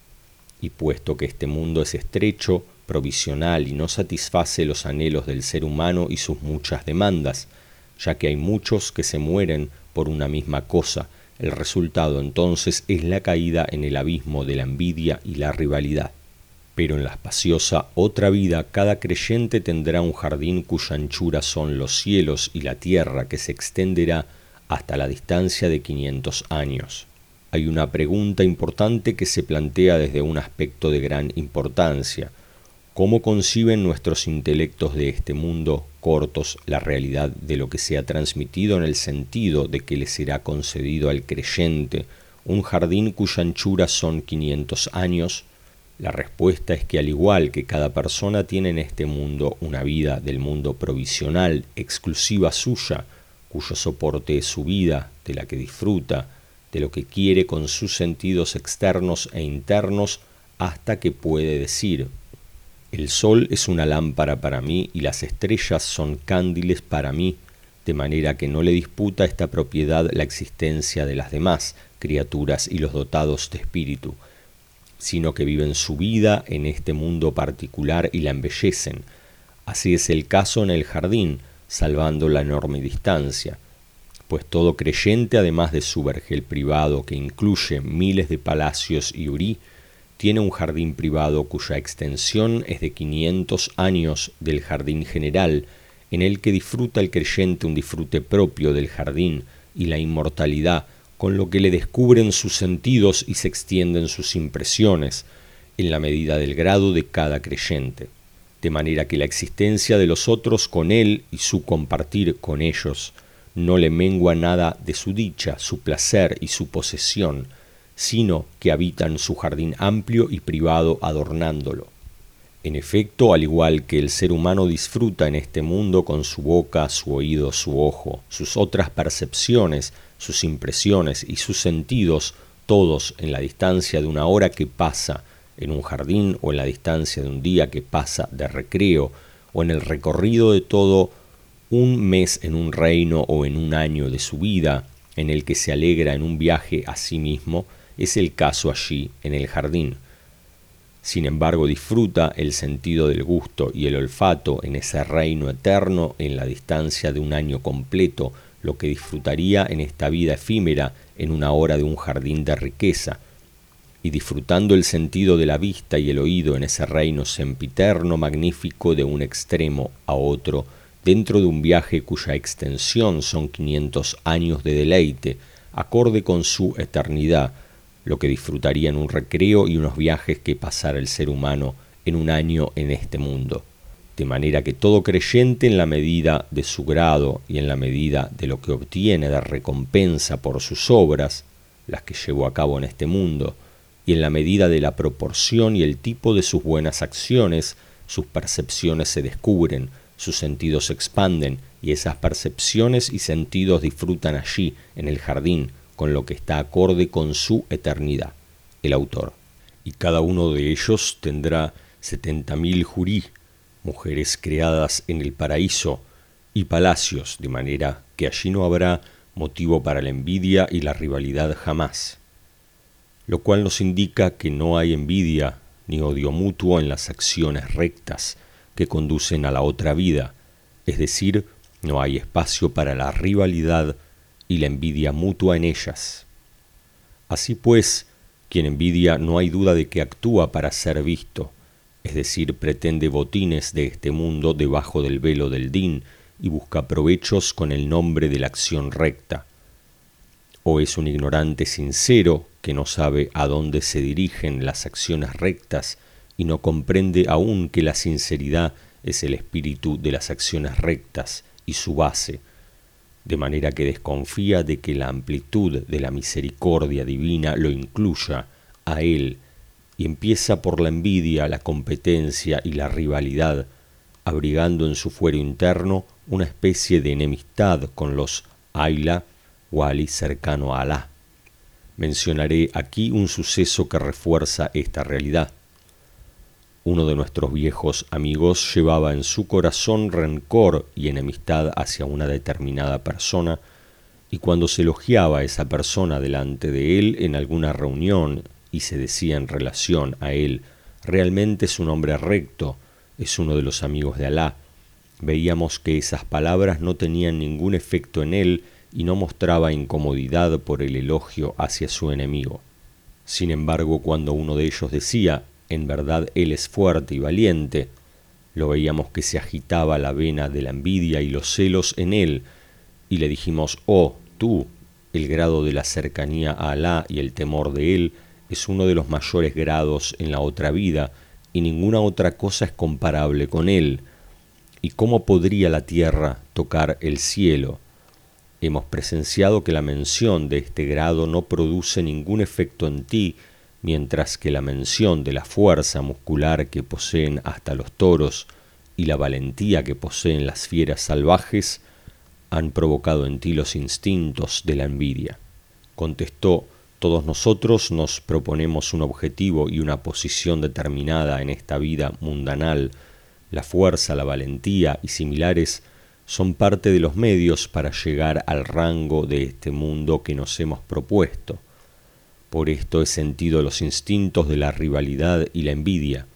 A: Y puesto que este mundo es estrecho, provisional y no satisface los anhelos del ser humano y sus muchas demandas, ya que hay muchos que se mueren por una misma cosa, el resultado entonces es la caída en el abismo de la envidia y la rivalidad. Pero en la espaciosa otra vida cada creyente tendrá un jardín cuya anchura son los cielos y la tierra, que se extenderá hasta la distancia de quinientos años. Hay una pregunta importante que se plantea desde un aspecto de gran importancia. ¿Cómo conciben nuestros intelectos de este mundo cortos la realidad de lo que se ha transmitido en el sentido de que le será concedido al creyente un jardín cuya anchura son quinientos años? La respuesta es que al igual que cada persona tiene en este mundo una vida del mundo provisional, exclusiva suya, cuyo soporte es su vida, de la que disfruta, de lo que quiere con sus sentidos externos e internos, hasta que puede decir: el sol es una lámpara para mí y las estrellas son cándiles para mí, de manera que no le disputa esta propiedad la existencia de las demás criaturas y los dotados de espíritu, sino que viven su vida en este mundo particular y la embellecen. Así es el caso en el jardín, salvando la enorme distancia, pues todo creyente, además de su vergel privado que incluye miles de palacios y hurí, tiene un jardín privado cuya extensión es de quinientos años del jardín general, en el que disfruta el creyente un disfrute propio del jardín y la inmortalidad, con lo que le descubren sus sentidos y se extienden sus impresiones, en la medida del grado de cada creyente, de manera que la existencia de los otros con él y su compartir con ellos no le mengua nada de su dicha, su placer y su posesión, sino que habitan su jardín amplio y privado adornándolo. En efecto, al igual que el ser humano disfruta en este mundo con su boca, su oído, su ojo, sus otras percepciones, sus impresiones y sus sentidos, todos en la distancia de una hora que pasa en un jardín o en la distancia de un día que pasa de recreo, o en el recorrido de todo un mes en un reino o en un año de su vida, en el que se alegra en un viaje a sí mismo, es el caso allí en el jardín. Sin embargo, disfruta el sentido del gusto y el olfato en ese reino eterno en la distancia de un año completo, lo que disfrutaría en esta vida efímera en una hora de un jardín de riqueza, y disfrutando el sentido de la vista y el oído en ese reino sempiterno magnífico de un extremo a otro, dentro de un viaje cuya extensión son quinientos años de deleite, acorde con su eternidad, lo que disfrutaría en un recreo y unos viajes que pasara el ser humano en un año en este mundo. De manera que todo creyente, en la medida de su grado y en la medida de lo que obtiene de recompensa por sus obras, las que llevó a cabo en este mundo, y en la medida de la proporción y el tipo de sus buenas acciones, sus percepciones se descubren, sus sentidos se expanden y esas percepciones y sentidos disfrutan allí, en el jardín, con lo que está acorde con su eternidad. El autor. Y cada uno de ellos tendrá setenta mil jurí, mujeres creadas en el paraíso, y palacios, de manera que allí no habrá motivo para la envidia y la rivalidad jamás. Lo cual nos indica que no hay envidia ni odio mutuo en las acciones rectas que conducen a la otra vida, es decir, no hay espacio para la rivalidad y la envidia mutua en ellas. Así pues, quien envidia no hay duda de que actúa para ser visto, es decir, pretende botines de este mundo debajo del velo del din y busca provechos con el nombre de la acción recta. O es un ignorante sincero que no sabe a dónde se dirigen las acciones rectas y no comprende aún que la sinceridad es el espíritu de las acciones rectas y su base, de manera que desconfía de que la amplitud de la misericordia divina lo incluya a él y empieza por la envidia, la competencia y la rivalidad, abrigando en su fuero interno una especie de enemistad con los Ayla, Wali cercano a Alá. Mencionaré aquí un suceso que refuerza esta realidad. Uno de nuestros viejos amigos llevaba en su corazón rencor y enemistad hacia una determinada persona, y cuando se elogiaba a esa persona delante de él en alguna reunión y se decía en relación a él, realmente es un hombre recto, es uno de los amigos de Alá, veíamos que esas palabras no tenían ningún efecto en él y no mostraba incomodidad por el elogio hacia su enemigo. Sin embargo, cuando uno de ellos decía, en verdad él es fuerte y valiente, lo veíamos que se agitaba la vena de la envidia y los celos en él, y le dijimos, oh, tú, el grado de la cercanía a Alá y el temor de él es uno de los mayores grados en la otra vida, y ninguna otra cosa es comparable con él. ¿Y cómo podría la tierra tocar el cielo? Hemos presenciado que la mención de este grado no produce ningún efecto en ti, mientras que la mención de la fuerza muscular que poseen hasta los toros y la valentía que poseen las fieras salvajes han provocado en ti los instintos de la envidia. Contestó, todos nosotros nos proponemos un objetivo y una posición determinada en esta vida mundanal. La fuerza, la valentía y similares son parte de los medios para llegar al rango de este mundo que nos hemos propuesto. Por esto he sentido los instintos de la rivalidad y la envidia.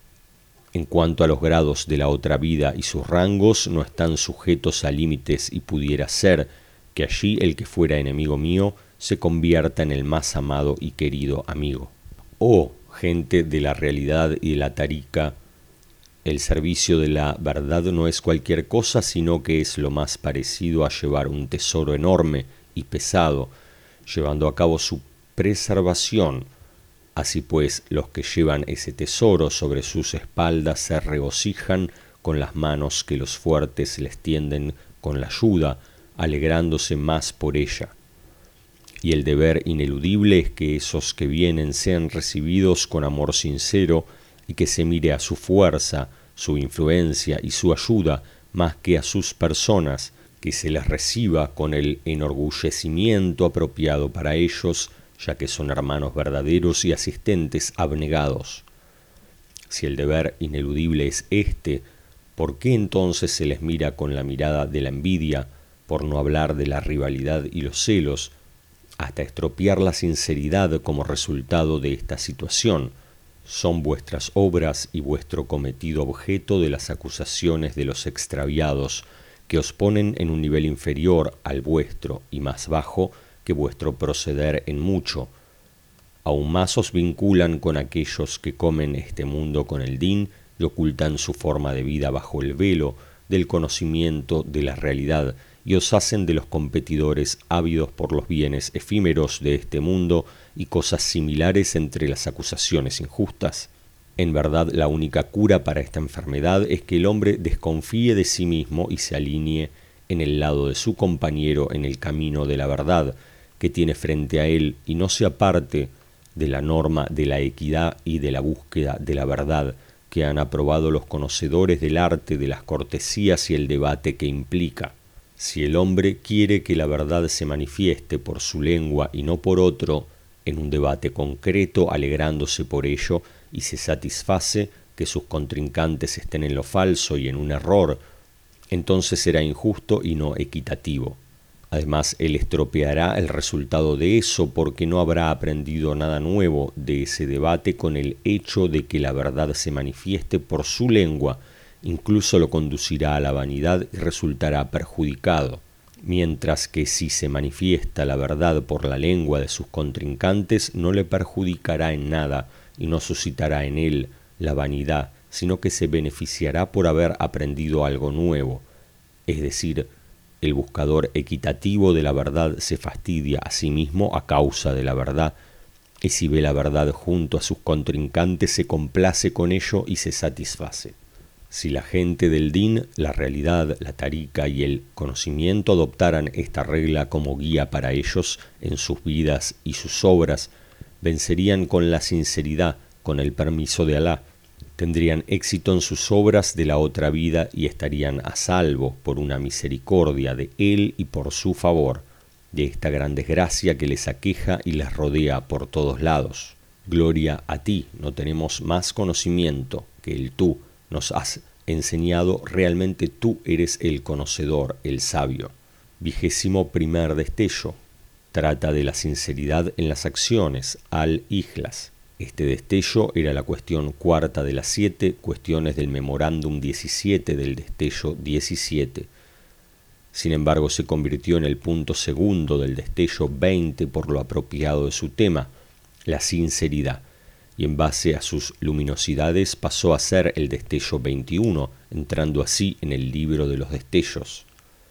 A: En cuanto a los grados de la otra vida y sus rangos, no están sujetos a límites y pudiera ser que allí el que fuera enemigo mío se convierta en el más amado y querido amigo. Oh, gente de la realidad y de la tarica, el servicio de la verdad no es cualquier cosa, sino que es lo más parecido a llevar un tesoro enorme y pesado, llevando a cabo su preservación. Así pues, los que llevan ese tesoro sobre sus espaldas se regocijan con las manos que los fuertes les tienden con la ayuda, alegrándose más por ella. Y el deber ineludible es que esos que vienen sean recibidos con amor sincero y que se mire a su fuerza, su influencia y su ayuda más que a sus personas, que se les reciba con el enorgullecimiento apropiado para ellos, ya que son hermanos verdaderos y asistentes abnegados. Si el deber ineludible es este, ¿por qué entonces se les mira con la mirada de la envidia, por no hablar de la rivalidad y los celos, hasta estropear la sinceridad como resultado de esta situación? Son vuestras obras y vuestro cometido objeto de las acusaciones de los extraviados, que os ponen en un nivel inferior al vuestro y más bajo que vuestro proceder en mucho. Aún más os vinculan con aquellos que comen este mundo con el din y ocultan su forma de vida bajo el velo del conocimiento de la realidad, y os hacen de los competidores ávidos por los bienes efímeros de este mundo y cosas similares entre las acusaciones injustas. En verdad, la única cura para esta enfermedad es que el hombre desconfíe de sí mismo y se alinee en el lado de su compañero en el camino de la verdad que tiene frente a él y no se aparte de la norma de la equidad y de la búsqueda de la verdad, que han aprobado los conocedores del arte de las cortesías y el debate que implica. Si el hombre quiere que la verdad se manifieste por su lengua y no por otro, en un debate concreto, alegrándose por ello, y se satisface que sus contrincantes estén en lo falso y en un error, entonces será injusto y no equitativo. Además, él estropeará el resultado de eso porque no habrá aprendido nada nuevo de ese debate con el hecho de que la verdad se manifieste por su lengua, incluso lo conducirá a la vanidad y resultará perjudicado. Mientras que si se manifiesta la verdad por la lengua de sus contrincantes, no le perjudicará en nada y no suscitará en él la vanidad, sino que se beneficiará por haber aprendido algo nuevo, es decir, el buscador equitativo de la verdad se fastidia a sí mismo a causa de la verdad, y si ve la verdad junto a sus contrincantes se complace con ello y se satisface. Si la gente del din, la realidad, la tarika y el conocimiento adoptaran esta regla como guía para ellos en sus vidas y sus obras, vencerían con la sinceridad, con el permiso de Alá, tendrían éxito en sus obras de la otra vida y estarían a salvo por una misericordia de Él y por su favor, de esta gran desgracia que les aqueja y les rodea por todos lados. Gloria a ti, no tenemos más conocimiento que el tú nos has enseñado, realmente tú eres el conocedor, el sabio. Vigésimo primer destello. Trata de la sinceridad en las acciones, al-Ikhlas. Este destello era la cuestión cuarta de las siete cuestiones del memorándum diecisiete del destello diecisiete. Sin embargo, se convirtió en el punto segundo del destello veinte por lo apropiado de su tema, la sinceridad, y en base a sus luminosidades pasó a ser el destello veintiuno, entrando así en el libro de los destellos.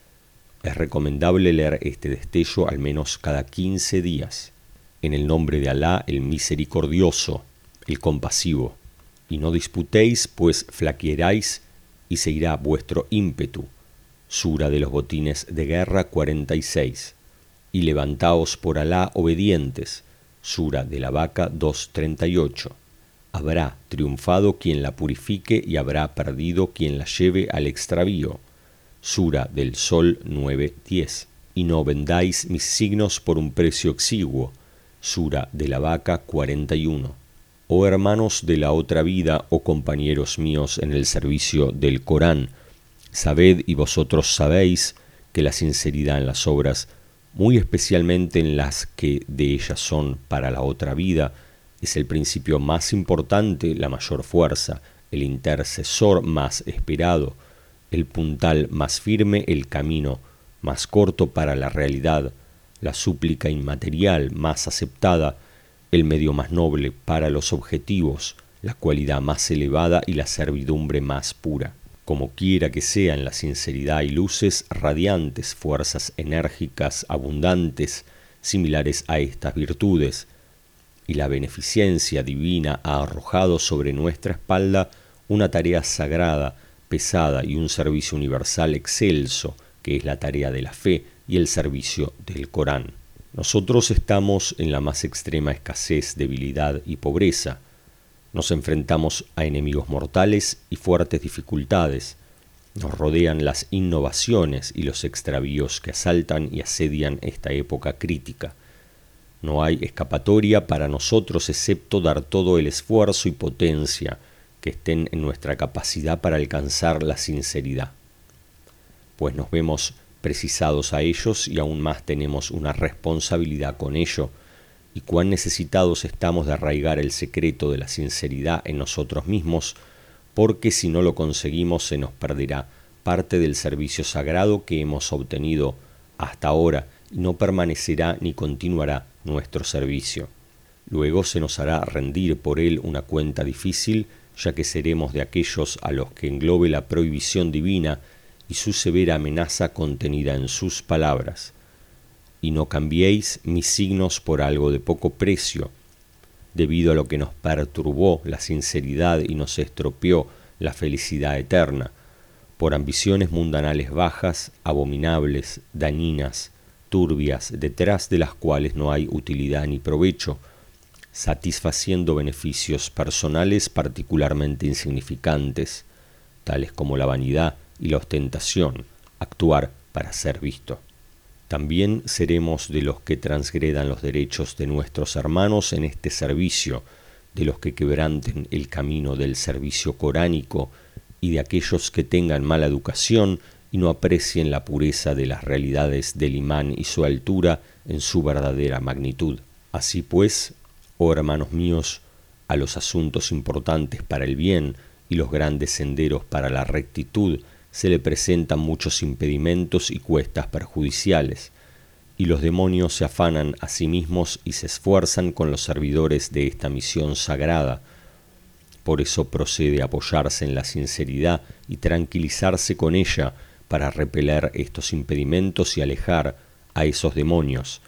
A: Es recomendable leer este destello al menos cada quince días. En el nombre de Alá, el misericordioso, el compasivo. Y no disputéis, pues flaquearéis y se irá vuestro ímpetu. Sura de los botines de guerra cuarenta y seis. Y levantaos por Alá obedientes. Sura de la vaca doscientos treinta y ocho. Habrá triunfado quien la purifique y habrá perdido quien la lleve al extravío. Sura del sol nueve diez. Y no vendáis mis signos por un precio exiguo. Sura de la vaca cuarenta y uno. Oh hermanos de la otra vida, oh compañeros míos en el servicio del Corán, sabed y vosotros sabéis que la sinceridad en las obras, muy especialmente en las que de ellas son para la otra vida, es el principio más importante, la mayor fuerza, el intercesor más esperado, el puntal más firme, el camino más corto para la realidad, la súplica inmaterial más aceptada, el medio más noble para los objetivos, la cualidad más elevada y la servidumbre más pura. Como quiera que sean la sinceridad y luces radiantes, fuerzas enérgicas, abundantes, similares a estas virtudes, y la beneficencia divina ha arrojado sobre nuestra espalda una tarea sagrada, pesada y un servicio universal excelso, que es la tarea de la fe y el servicio del Corán. Nosotros estamos en la más extrema escasez, debilidad y pobreza. Nos enfrentamos a enemigos mortales y fuertes dificultades. Nos rodean las innovaciones y los extravíos que asaltan y asedian esta época crítica. No hay escapatoria para nosotros excepto dar todo el esfuerzo y potencia que estén en nuestra capacidad para alcanzar la sinceridad, pues nos vemos precisados a ellos y aún más tenemos una responsabilidad con ello, y cuán necesitados estamos de arraigar el secreto de la sinceridad en nosotros mismos, porque si no lo conseguimos se nos perderá parte del servicio sagrado que hemos obtenido hasta ahora y no permanecerá ni continuará nuestro servicio. Luego se nos hará rendir por él una cuenta difícil, ya que seremos de aquellos a los que englobe la prohibición divina y su severa amenaza contenida en sus palabras. Y no cambiéis mis signos por algo de poco precio, debido a lo que nos perturbó la sinceridad y nos estropeó la felicidad eterna, por ambiciones mundanales bajas, abominables, dañinas, turbias, detrás de las cuales no hay utilidad ni provecho, satisfaciendo beneficios personales particularmente insignificantes, tales como la vanidad y la ostentación, actuar para ser visto. También seremos de los que transgredan los derechos de nuestros hermanos en este servicio, de los que quebranten el camino del servicio coránico y de aquellos que tengan mala educación y no aprecien la pureza de las realidades del imán y su altura en su verdadera magnitud. Así pues, oh hermanos míos, a los asuntos importantes para el bien y los grandes senderos para la rectitud se le presentan muchos impedimentos y cuestas perjudiciales, y los demonios se afanan a sí mismos y se esfuerzan con los servidores de esta misión sagrada. Por eso procede apoyarse en la sinceridad y tranquilizarse con ella para repeler estos impedimentos y alejar a esos demonios.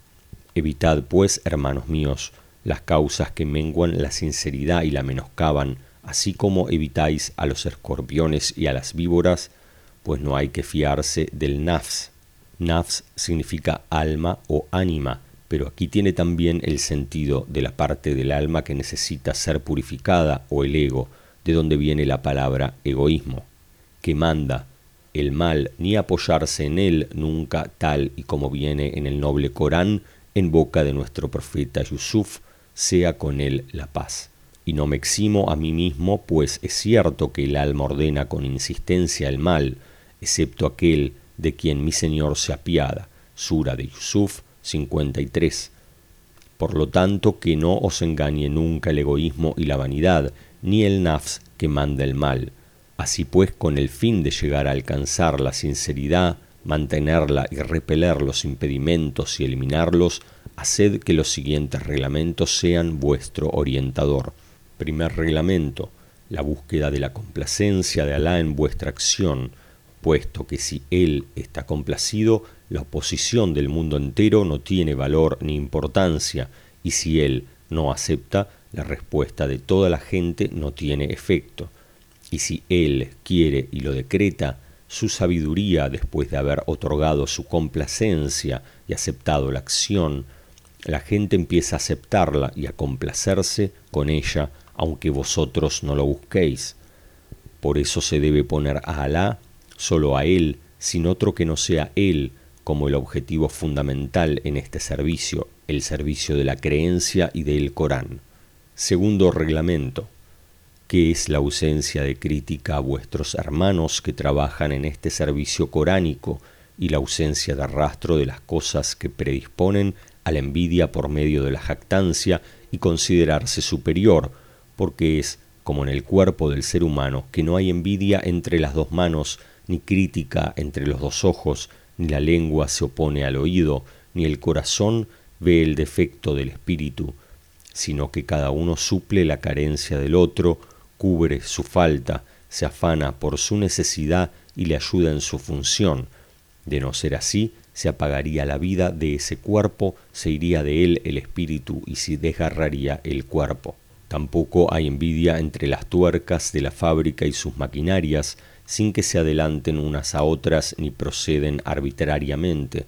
A: Evitad, pues, hermanos míos, las causas que menguan la sinceridad y la menoscaban, así como evitáis a los escorpiones y a las víboras, pues no hay que fiarse del nafs. Nafs significa alma o ánima, pero aquí tiene también el sentido de la parte del alma que necesita ser purificada, o el ego, de donde viene la palabra egoísmo, que manda el mal ni apoyarse en él nunca, tal y como viene en el noble Corán en boca de nuestro profeta Yusuf, sea con él la paz. Y no me eximo a mí mismo, pues es cierto que el alma ordena con insistencia el mal, excepto aquel de quien mi Señor se apiada. Sura de Yusuf cincuenta y tres. Por lo tanto, que no os engañe nunca el egoísmo y la vanidad, ni el nafs que manda el mal. Así pues, con el fin de llegar a alcanzar la sinceridad, mantenerla y repeler los impedimentos y eliminarlos, haced que los siguientes reglamentos sean vuestro orientador. Primer reglamento: la búsqueda de la complacencia de Alá en vuestra acción, puesto que si Él está complacido, la oposición del mundo entero no tiene valor ni importancia, y si Él no acepta, la respuesta de toda la gente no tiene efecto. Y si Él quiere y lo decreta, su sabiduría, después de haber otorgado su complacencia y aceptado la acción, la gente empieza a aceptarla y a complacerse con ella, aunque vosotros no lo busquéis. Por eso se debe poner a Alá, solo a Él, sin otro que no sea Él, como el objetivo fundamental en este servicio, el servicio de la creencia y del Corán. Segundo reglamento: ¿qué es la ausencia de crítica a vuestros hermanos que trabajan en este servicio coránico y la ausencia de rastro de las cosas que predisponen a la envidia por medio de la jactancia y considerarse superior, porque es como en el cuerpo del ser humano, que no hay envidia entre las dos manos, ni crítica entre los dos ojos, ni la lengua se opone al oído, ni el corazón ve el defecto del espíritu, sino que cada uno suple la carencia del otro, cubre su falta, se afana por su necesidad y le ayuda en su función. De no ser así, se apagaría la vida de ese cuerpo, se iría de él el espíritu y se desgarraría el cuerpo. Tampoco hay envidia entre las tuercas de la fábrica y sus maquinarias, sin que se adelanten unas a otras ni proceden arbitrariamente.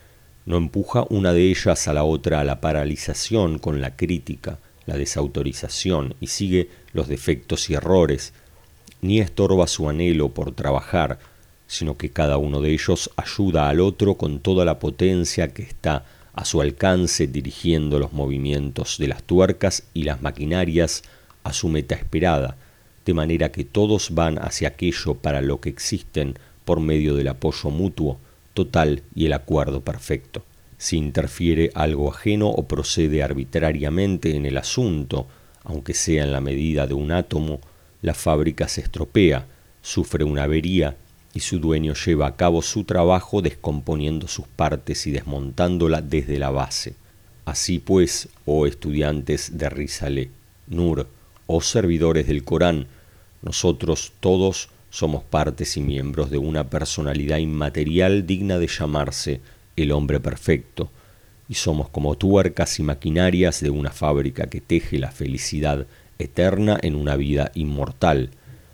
A: No empuja una de ellas a la otra a la paralización con la crítica, la desautorización, y sigue los defectos y errores, ni estorba su anhelo por trabajar, sino que cada uno de ellos ayuda al otro con toda la potencia que está a su alcance, dirigiendo los movimientos de las tuercas y las maquinarias a su meta esperada, de manera que todos van hacia aquello para lo que existen por medio del apoyo mutuo, total y el acuerdo perfecto. Si interfiere algo ajeno o procede arbitrariamente en el asunto, aunque sea en la medida de un átomo, la fábrica se estropea, sufre una avería y su dueño lleva a cabo su trabajo descomponiendo sus partes y desmontándola desde la base. Así pues, oh estudiantes de Risale, Nur, oh servidores del Corán, nosotros todos somos partes y miembros de una personalidad inmaterial digna de llamarse el hombre perfecto, y somos como tuercas y maquinarias de una fábrica que teje la felicidad eterna en una vida inmortal,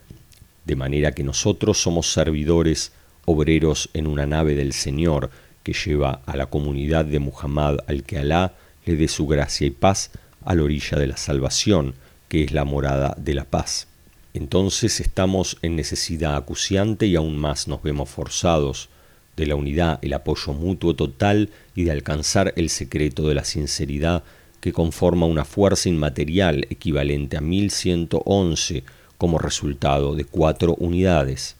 A: de manera que nosotros somos servidores, obreros en una nave del Señor que lleva a la comunidad de Muhammad al que Alá le dé su gracia y paz a la orilla de la salvación, que es la morada de la paz. Entonces estamos en necesidad acuciante y aún más nos vemos forzados de la unidad, el apoyo mutuo total y de alcanzar el secreto de la sinceridad que conforma una fuerza inmaterial equivalente a mil ciento once como resultado de cuatro unidades.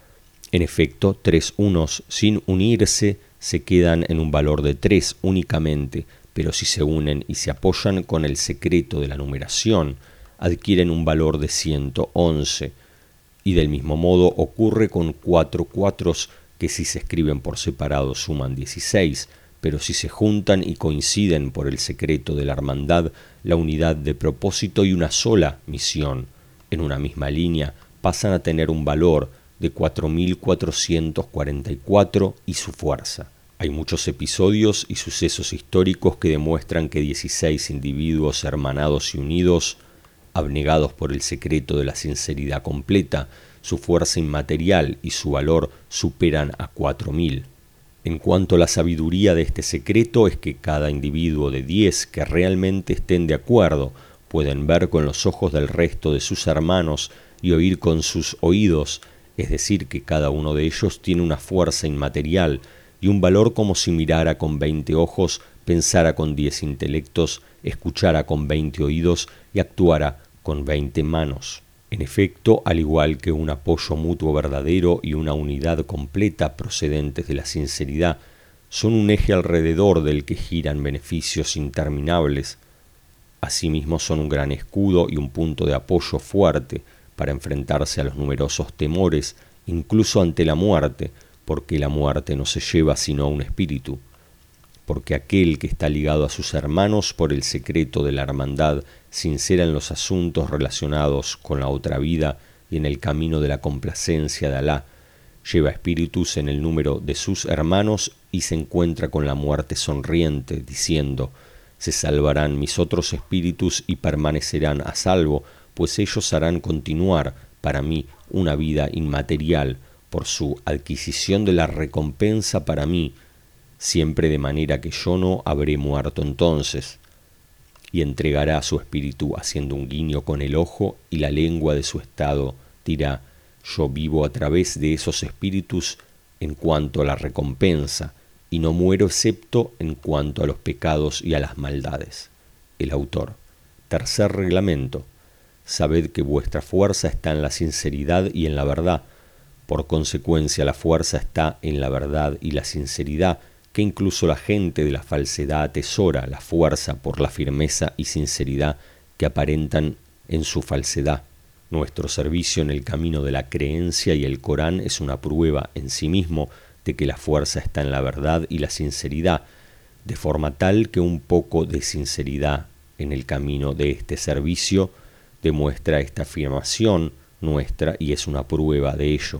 A: En efecto, tres unos sin unirse se quedan en un valor de tres únicamente, pero si se unen y se apoyan con el secreto de la numeración, adquieren un valor de ciento once. Y del mismo modo ocurre con cuatro cuatros que si se escriben por separado suman dieciséis, pero si se juntan y coinciden por el secreto de la hermandad, la unidad de propósito y una sola misión, en una misma línea, pasan a tener un valor de cuatro mil cuatrocientos cuarenta y cuatro y su fuerza. Hay muchos episodios y sucesos históricos que demuestran que dieciséis individuos hermanados y unidos, abnegados por el secreto de la sinceridad completa, su fuerza inmaterial y su valor superan a cuatro mil. En cuanto a la sabiduría de este secreto es que cada individuo de diez que realmente estén de acuerdo pueden ver con los ojos del resto de sus hermanos y oír con sus oídos, es decir, que cada uno de ellos tiene una fuerza inmaterial y un valor como si mirara con veinte ojos, pensara con diez intelectos, escuchara con veinte oídos y actuara con veinte manos. En efecto, al igual que un apoyo mutuo verdadero y una unidad completa procedentes de la sinceridad, son un eje alrededor del que giran beneficios interminables. Asimismo son un gran escudo y un punto de apoyo fuerte para enfrentarse a los numerosos temores, incluso ante la muerte, porque la muerte no se lleva sino a un espíritu. Porque aquel que está ligado a sus hermanos por el secreto de la hermandad, sincera en los asuntos relacionados con la otra vida y en el camino de la complacencia de Alá, lleva espíritus en el número de sus hermanos y se encuentra con la muerte sonriente, diciendo: se salvarán mis otros espíritus y permanecerán a salvo, pues ellos harán continuar para mí una vida inmaterial por su adquisición de la recompensa para mí, siempre de manera que yo no habré muerto entonces. Y entregará su espíritu haciendo un guiño con el ojo, y la lengua de su estado dirá: yo vivo a través de esos espíritus en cuanto a la recompensa, y no muero excepto en cuanto a los pecados y a las maldades. El autor. Tercer reglamento. Sabed que vuestra fuerza está en la sinceridad y en la verdad. Por consecuencia, la fuerza está en la verdad y la sinceridad, que incluso la gente de la falsedad atesora la fuerza por la firmeza y sinceridad que aparentan en su falsedad. Nuestro servicio en el camino de la creencia y el Corán es una prueba en sí mismo de que la fuerza está en la verdad y la sinceridad, de forma tal que un poco de sinceridad en el camino de este servicio demuestra esta afirmación nuestra y es una prueba de ello.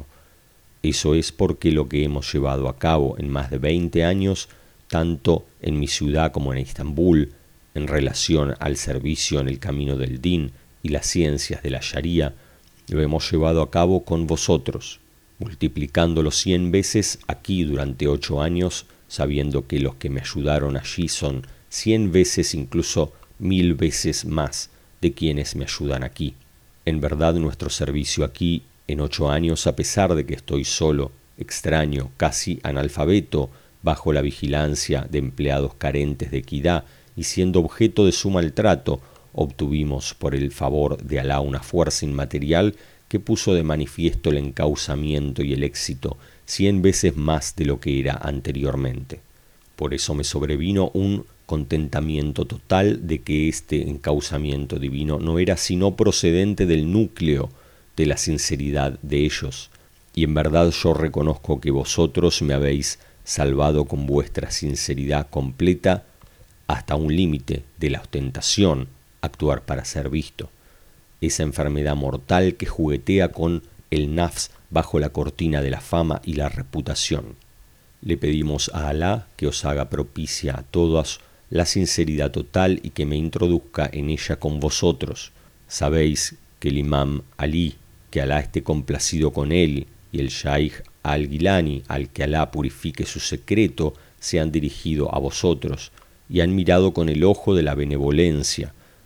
A: Eso es porque lo que hemos llevado a cabo en más de veinte años, tanto en mi ciudad como en Estambul, en relación al servicio en el camino del Din y las ciencias de la Sharia, lo hemos llevado a cabo con vosotros, multiplicándolo cien veces aquí durante ocho años, sabiendo que los que me ayudaron allí son cien veces, incluso mil veces más de quienes me ayudan aquí. En verdad, nuestro servicio aquí en ocho años, a pesar de que estoy solo, extraño, casi analfabeto, bajo la vigilancia de empleados carentes de equidad y siendo objeto de su maltrato, obtuvimos por el favor de Alá una fuerza inmaterial que puso de manifiesto el encauzamiento y el éxito cien veces más de lo que era anteriormente. Por eso me sobrevino un contentamiento total de que este encauzamiento divino no era sino procedente del núcleo de la sinceridad de ellos, y en verdad yo reconozco que vosotros me habéis salvado con vuestra sinceridad completa hasta un límite de la ostentación, actuar para ser visto, esa enfermedad mortal que juguetea con el nafs bajo la cortina de la fama y la reputación. Le pedimos a Alá que os haga propicia a todos la sinceridad total y que me introduzca en ella con vosotros. Sabéis que el imam Ali, que Alá esté complacido con él, y el Shaykh al-Gilani, al que Alá purifique su secreto, se han dirigido a vosotros y han mirado con el ojo de la benevolencia,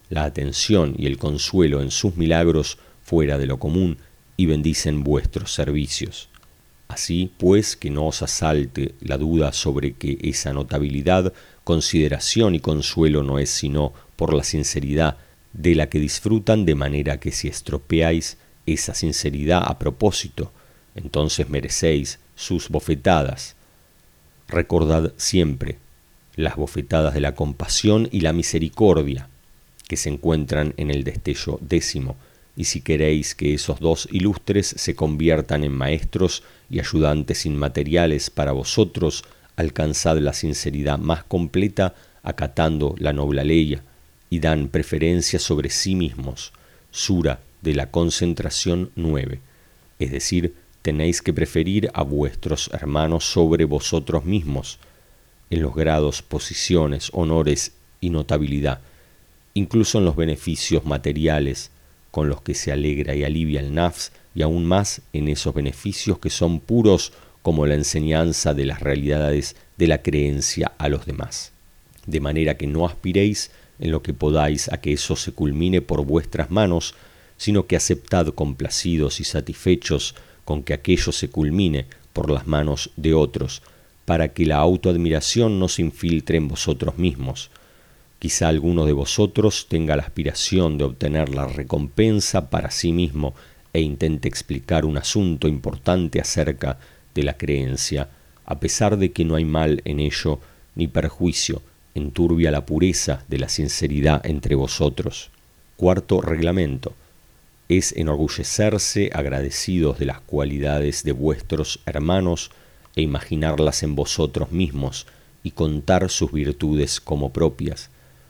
A: la atención y el consuelo en sus milagros fuera de lo común y bendicen vuestros servicios. Así, pues, que no os asalte la duda sobre que esa notabilidad, consideración y consuelo no es sino por la sinceridad de la que disfrutan, de manera que si estropeáis esa sinceridad a propósito, entonces merecéis sus bofetadas. Recordad siempre las bofetadas de la compasión y la misericordia que se encuentran en el destello décimo, y si queréis que esos dos ilustres se conviertan en maestros y ayudantes inmateriales para vosotros, alcanzad la sinceridad más completa acatando la noble ley, y dan preferencia sobre sí mismos, sura de la concentración nueve, es decir, tenéis que preferir a vuestros hermanos sobre vosotros mismos, en los grados, posiciones, honores y notabilidad, incluso en los beneficios materiales con los que se alegra y alivia el nafs, y aún más en esos beneficios que son puros como la enseñanza de las realidades de la creencia a los demás. De manera que no aspiréis en lo que podáis a que eso se culmine por vuestras manos, sino que aceptad complacidos y satisfechos con que aquello se culmine por las manos de otros, para que la autoadmiración no se infiltre en vosotros mismos. Quizá alguno de vosotros tenga la aspiración de obtener la recompensa para sí mismo e intente explicar un asunto importante acerca de la creencia, a pesar de que no hay mal en ello ni perjuicio, enturbia la pureza de la sinceridad entre vosotros. Cuarto reglamento. Es enorgullecerse agradecidos de las cualidades de vuestros hermanos e imaginarlas en vosotros mismos y contar sus virtudes como propias.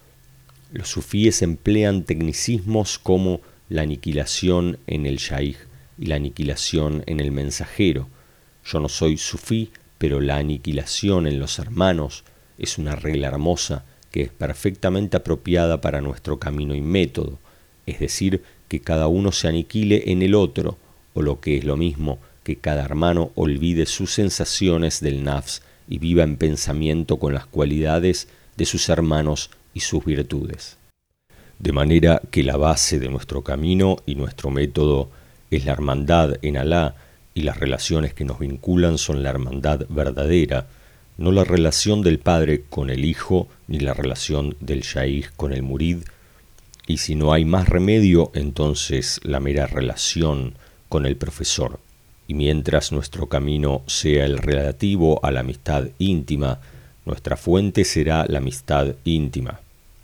A: Los sufíes emplean tecnicismos como la aniquilación en el shaykh y la aniquilación en el mensajero. Yo no soy sufí, pero la aniquilación en los hermanos es una regla hermosa que es perfectamente apropiada para nuestro camino y método, es decir, que cada uno se aniquile en el otro, o lo que es lo mismo, que cada hermano olvide sus sensaciones del nafs y viva en pensamiento con las cualidades de sus hermanos y sus virtudes. De manera que la base de nuestro camino y nuestro método es la hermandad en Alá, y las relaciones que nos vinculan son la hermandad verdadera, no la relación del padre con el hijo, ni la relación del shaykh con el murid, y si no hay más remedio, entonces la mera relación con el profesor. Y mientras nuestro camino sea el relativo a la amistad íntima, nuestra fuente será la amistad íntima.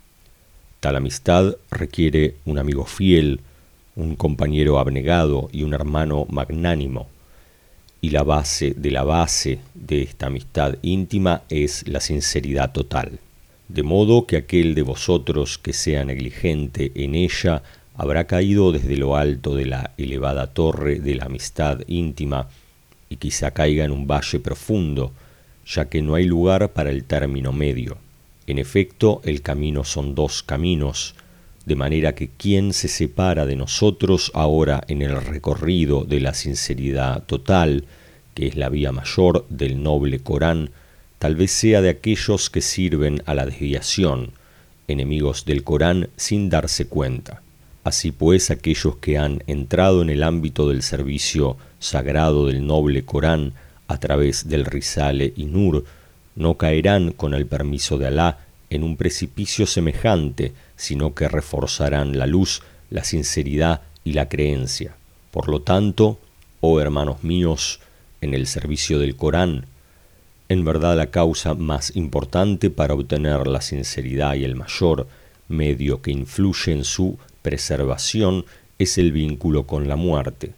A: Tal amistad requiere un amigo fiel, un compañero abnegado y un hermano magnánimo. Y la base de la base de esta amistad íntima es la sinceridad total. De modo que aquel de vosotros que sea negligente en ella habrá caído desde lo alto de la elevada torre de la amistad íntima y quizá caiga en un valle profundo, ya que no hay lugar para el término medio. En efecto, el camino son dos caminos, de manera que quien se separa de nosotros ahora en el recorrido de la sinceridad total, que es la vía mayor del noble Corán, tal vez sea de aquellos que sirven a la desviación, enemigos del Corán sin darse cuenta. Así pues, aquellos que han entrado en el ámbito del servicio sagrado del noble Corán a través del Risale y Nur, no caerán con el permiso de Alá en un precipicio semejante, sino que reforzarán la luz, la sinceridad y la creencia. Por lo tanto, oh hermanos míos, en el servicio del Corán, en verdad la causa más importante para obtener la sinceridad y el mayor medio que influye en su preservación es el vínculo con la muerte.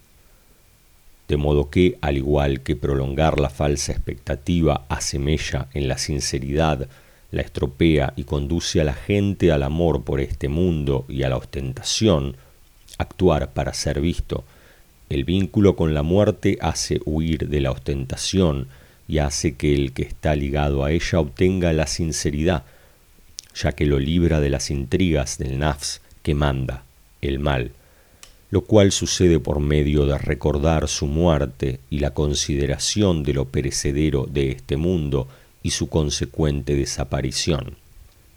A: De modo que, al igual que prolongar la falsa expectativa asemella en la sinceridad, la estropea y conduce a la gente al amor por este mundo y a la ostentación, actuar para ser visto, el vínculo con la muerte hace huir de la ostentación y hace que el que está ligado a ella obtenga la sinceridad, ya que lo libra de las intrigas del nafs que manda, el mal, lo cual sucede por medio de recordar su muerte y la consideración de lo perecedero de este mundo y su consecuente desaparición.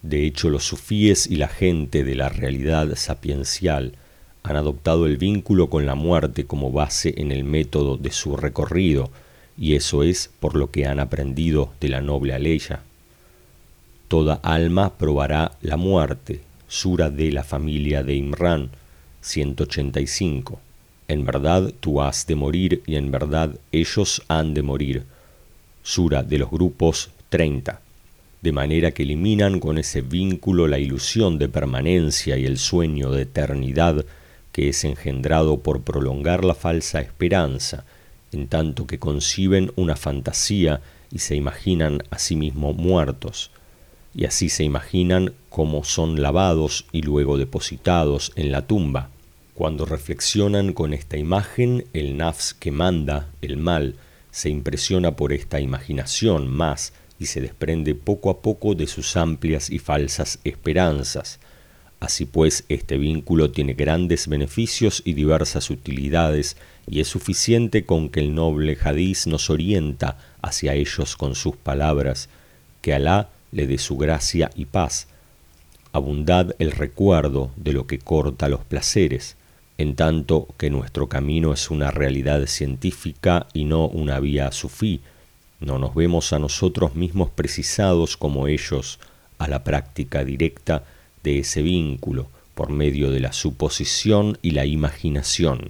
A: De hecho, los sufíes y la gente de la realidad sapiencial han adoptado el vínculo con la muerte como base en el método de su recorrido, y eso es por lo que han aprendido de la noble Aleya. Toda alma probará la muerte, sura de la familia de Imrán, ciento ochenta y cinco. En verdad tú has de morir y en verdad ellos han de morir, sura de los grupos treinta. De manera que eliminan con ese vínculo la ilusión de permanencia y el sueño de eternidad que es engendrado por prolongar la falsa esperanza, en tanto que conciben una fantasía y se imaginan a sí mismos muertos, y así se imaginan cómo son lavados y luego depositados en la tumba. Cuando reflexionan con esta imagen, el nafs que manda, el mal, se impresiona por esta imaginación más y se desprende poco a poco de sus amplias y falsas esperanzas. Así pues, este vínculo tiene grandes beneficios y diversas utilidades, y es suficiente con que el noble Hadiz nos orienta hacia ellos con sus palabras, que Alá le dé su gracia y paz. Abundad el recuerdo de lo que corta los placeres, en tanto que nuestro camino es una realidad científica y no una vía sufí. No nos vemos a nosotros mismos precisados como ellos a la práctica directa de ese vínculo por medio de la suposición y la imaginación.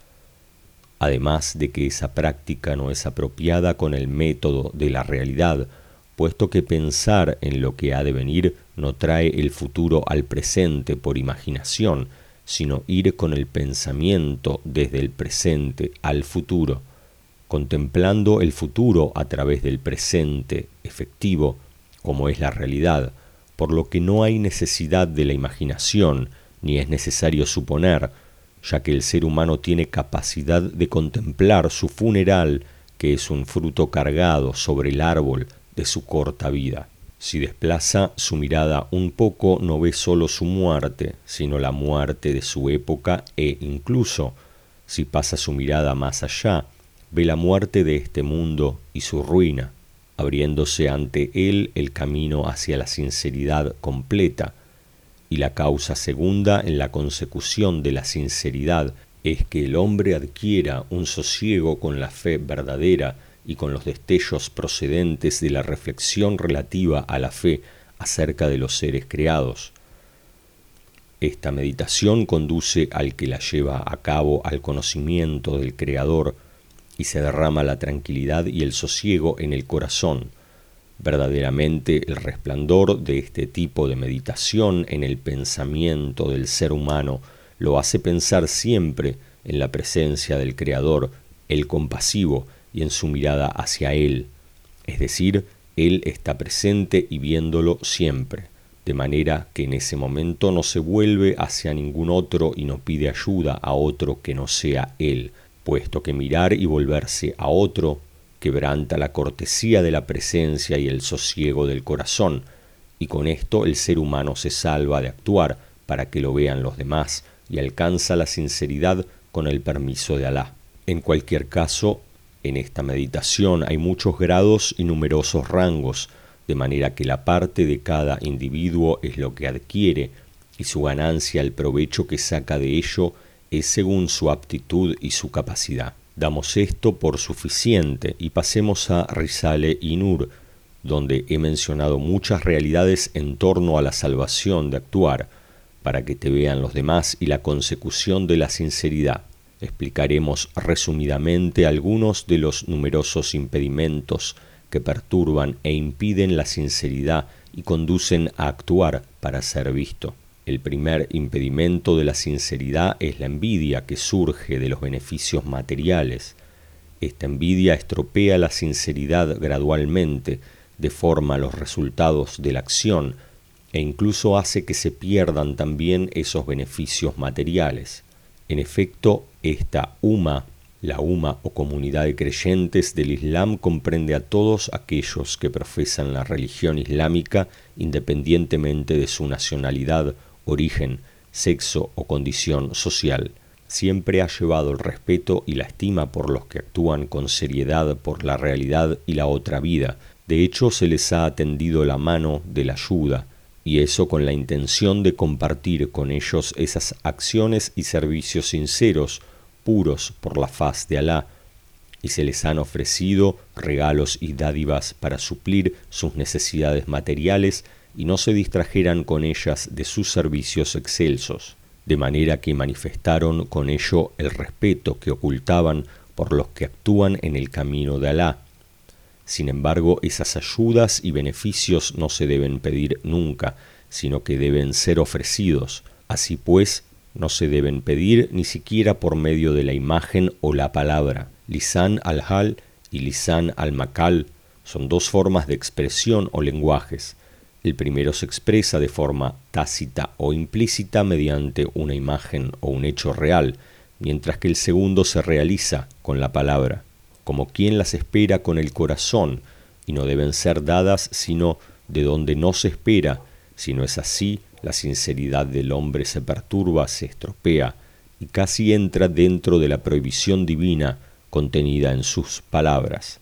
A: Además de que esa práctica no es apropiada con el método de la realidad, puesto que pensar en lo que ha de venir no trae el futuro al presente por imaginación, sino ir con el pensamiento desde el presente al futuro, contemplando el futuro a través del presente efectivo, como es la realidad, por lo que no hay necesidad de la imaginación, ni es necesario suponer, ya que el ser humano tiene capacidad de contemplar su funeral, que es un fruto cargado sobre el árbol de su corta vida. Si desplaza su mirada un poco, no ve solo su muerte, sino la muerte de su época e incluso, si pasa su mirada más allá, ve la muerte de este mundo y su ruina, abriéndose ante él el camino hacia la sinceridad completa. Y la causa segunda en la consecución de la sinceridad es que el hombre adquiera un sosiego con la fe verdadera y con los destellos procedentes de la reflexión relativa a la fe acerca de los seres creados. Esta meditación conduce al que la lleva a cabo al conocimiento del Creador y se derrama la tranquilidad y el sosiego en el corazón. Verdaderamente el resplandor de este tipo de meditación en el pensamiento del ser humano lo hace pensar siempre en la presencia del Creador, el compasivo, y en su mirada hacia Él, es decir, Él está presente y viéndolo siempre, de manera que en ese momento no se vuelve hacia ningún otro y no pide ayuda a otro que no sea Él, puesto que mirar y volverse a otro quebranta la cortesía de la presencia y el sosiego del corazón, y con esto el ser humano se salva de actuar para que lo vean los demás y alcanza la sinceridad con el permiso de Alá. En cualquier caso, en esta meditación hay muchos grados y numerosos rangos, de manera que la parte de cada individuo es lo que adquiere, y su ganancia, el provecho que saca de ello, es según su aptitud y su capacidad. Damos esto por suficiente y pasemos a Risale y Nur, donde he mencionado muchas realidades en torno a la salvación de actuar, para que te vean los demás y la consecución de la sinceridad. Explicaremos resumidamente algunos de los numerosos impedimentos que perturban e impiden la sinceridad y conducen a actuar para ser visto. El primer impedimento de la sinceridad es la envidia que surge de los beneficios materiales. Esta envidia estropea la sinceridad gradualmente, deforma los resultados de la acción e incluso hace que se pierdan también esos beneficios materiales. En efecto, esta Umma, la Umma o comunidad de creyentes del Islam, comprende a todos aquellos que profesan la religión islámica independientemente de su nacionalidad, origen, sexo o condición social. Siempre ha llevado el respeto y la estima por los que actúan con seriedad por la realidad y la otra vida. De hecho, se les ha tendido la mano de la ayuda, y eso con la intención de compartir con ellos esas acciones y servicios sinceros, puros por la faz de Alá, y se les han ofrecido regalos y dádivas para suplir sus necesidades materiales y no se distrajeran con ellas de sus servicios excelsos, de manera que manifestaron con ello el respeto que ocultaban por los que actúan en el camino de Alá. Sin embargo, esas ayudas y beneficios no se deben pedir nunca, sino que deben ser ofrecidos. Así pues, no se deben pedir ni siquiera por medio de la imagen o la palabra. Lisan al-hal y lisan al-makal son dos formas de expresión o lenguajes. El primero se expresa de forma tácita o implícita mediante una imagen o un hecho real, mientras que el segundo se realiza con la palabra, como quien las espera con el corazón, y no deben ser dadas sino de donde no se espera. Si no es así, la sinceridad del hombre se perturba, se estropea, y casi entra dentro de la prohibición divina contenida en sus palabras.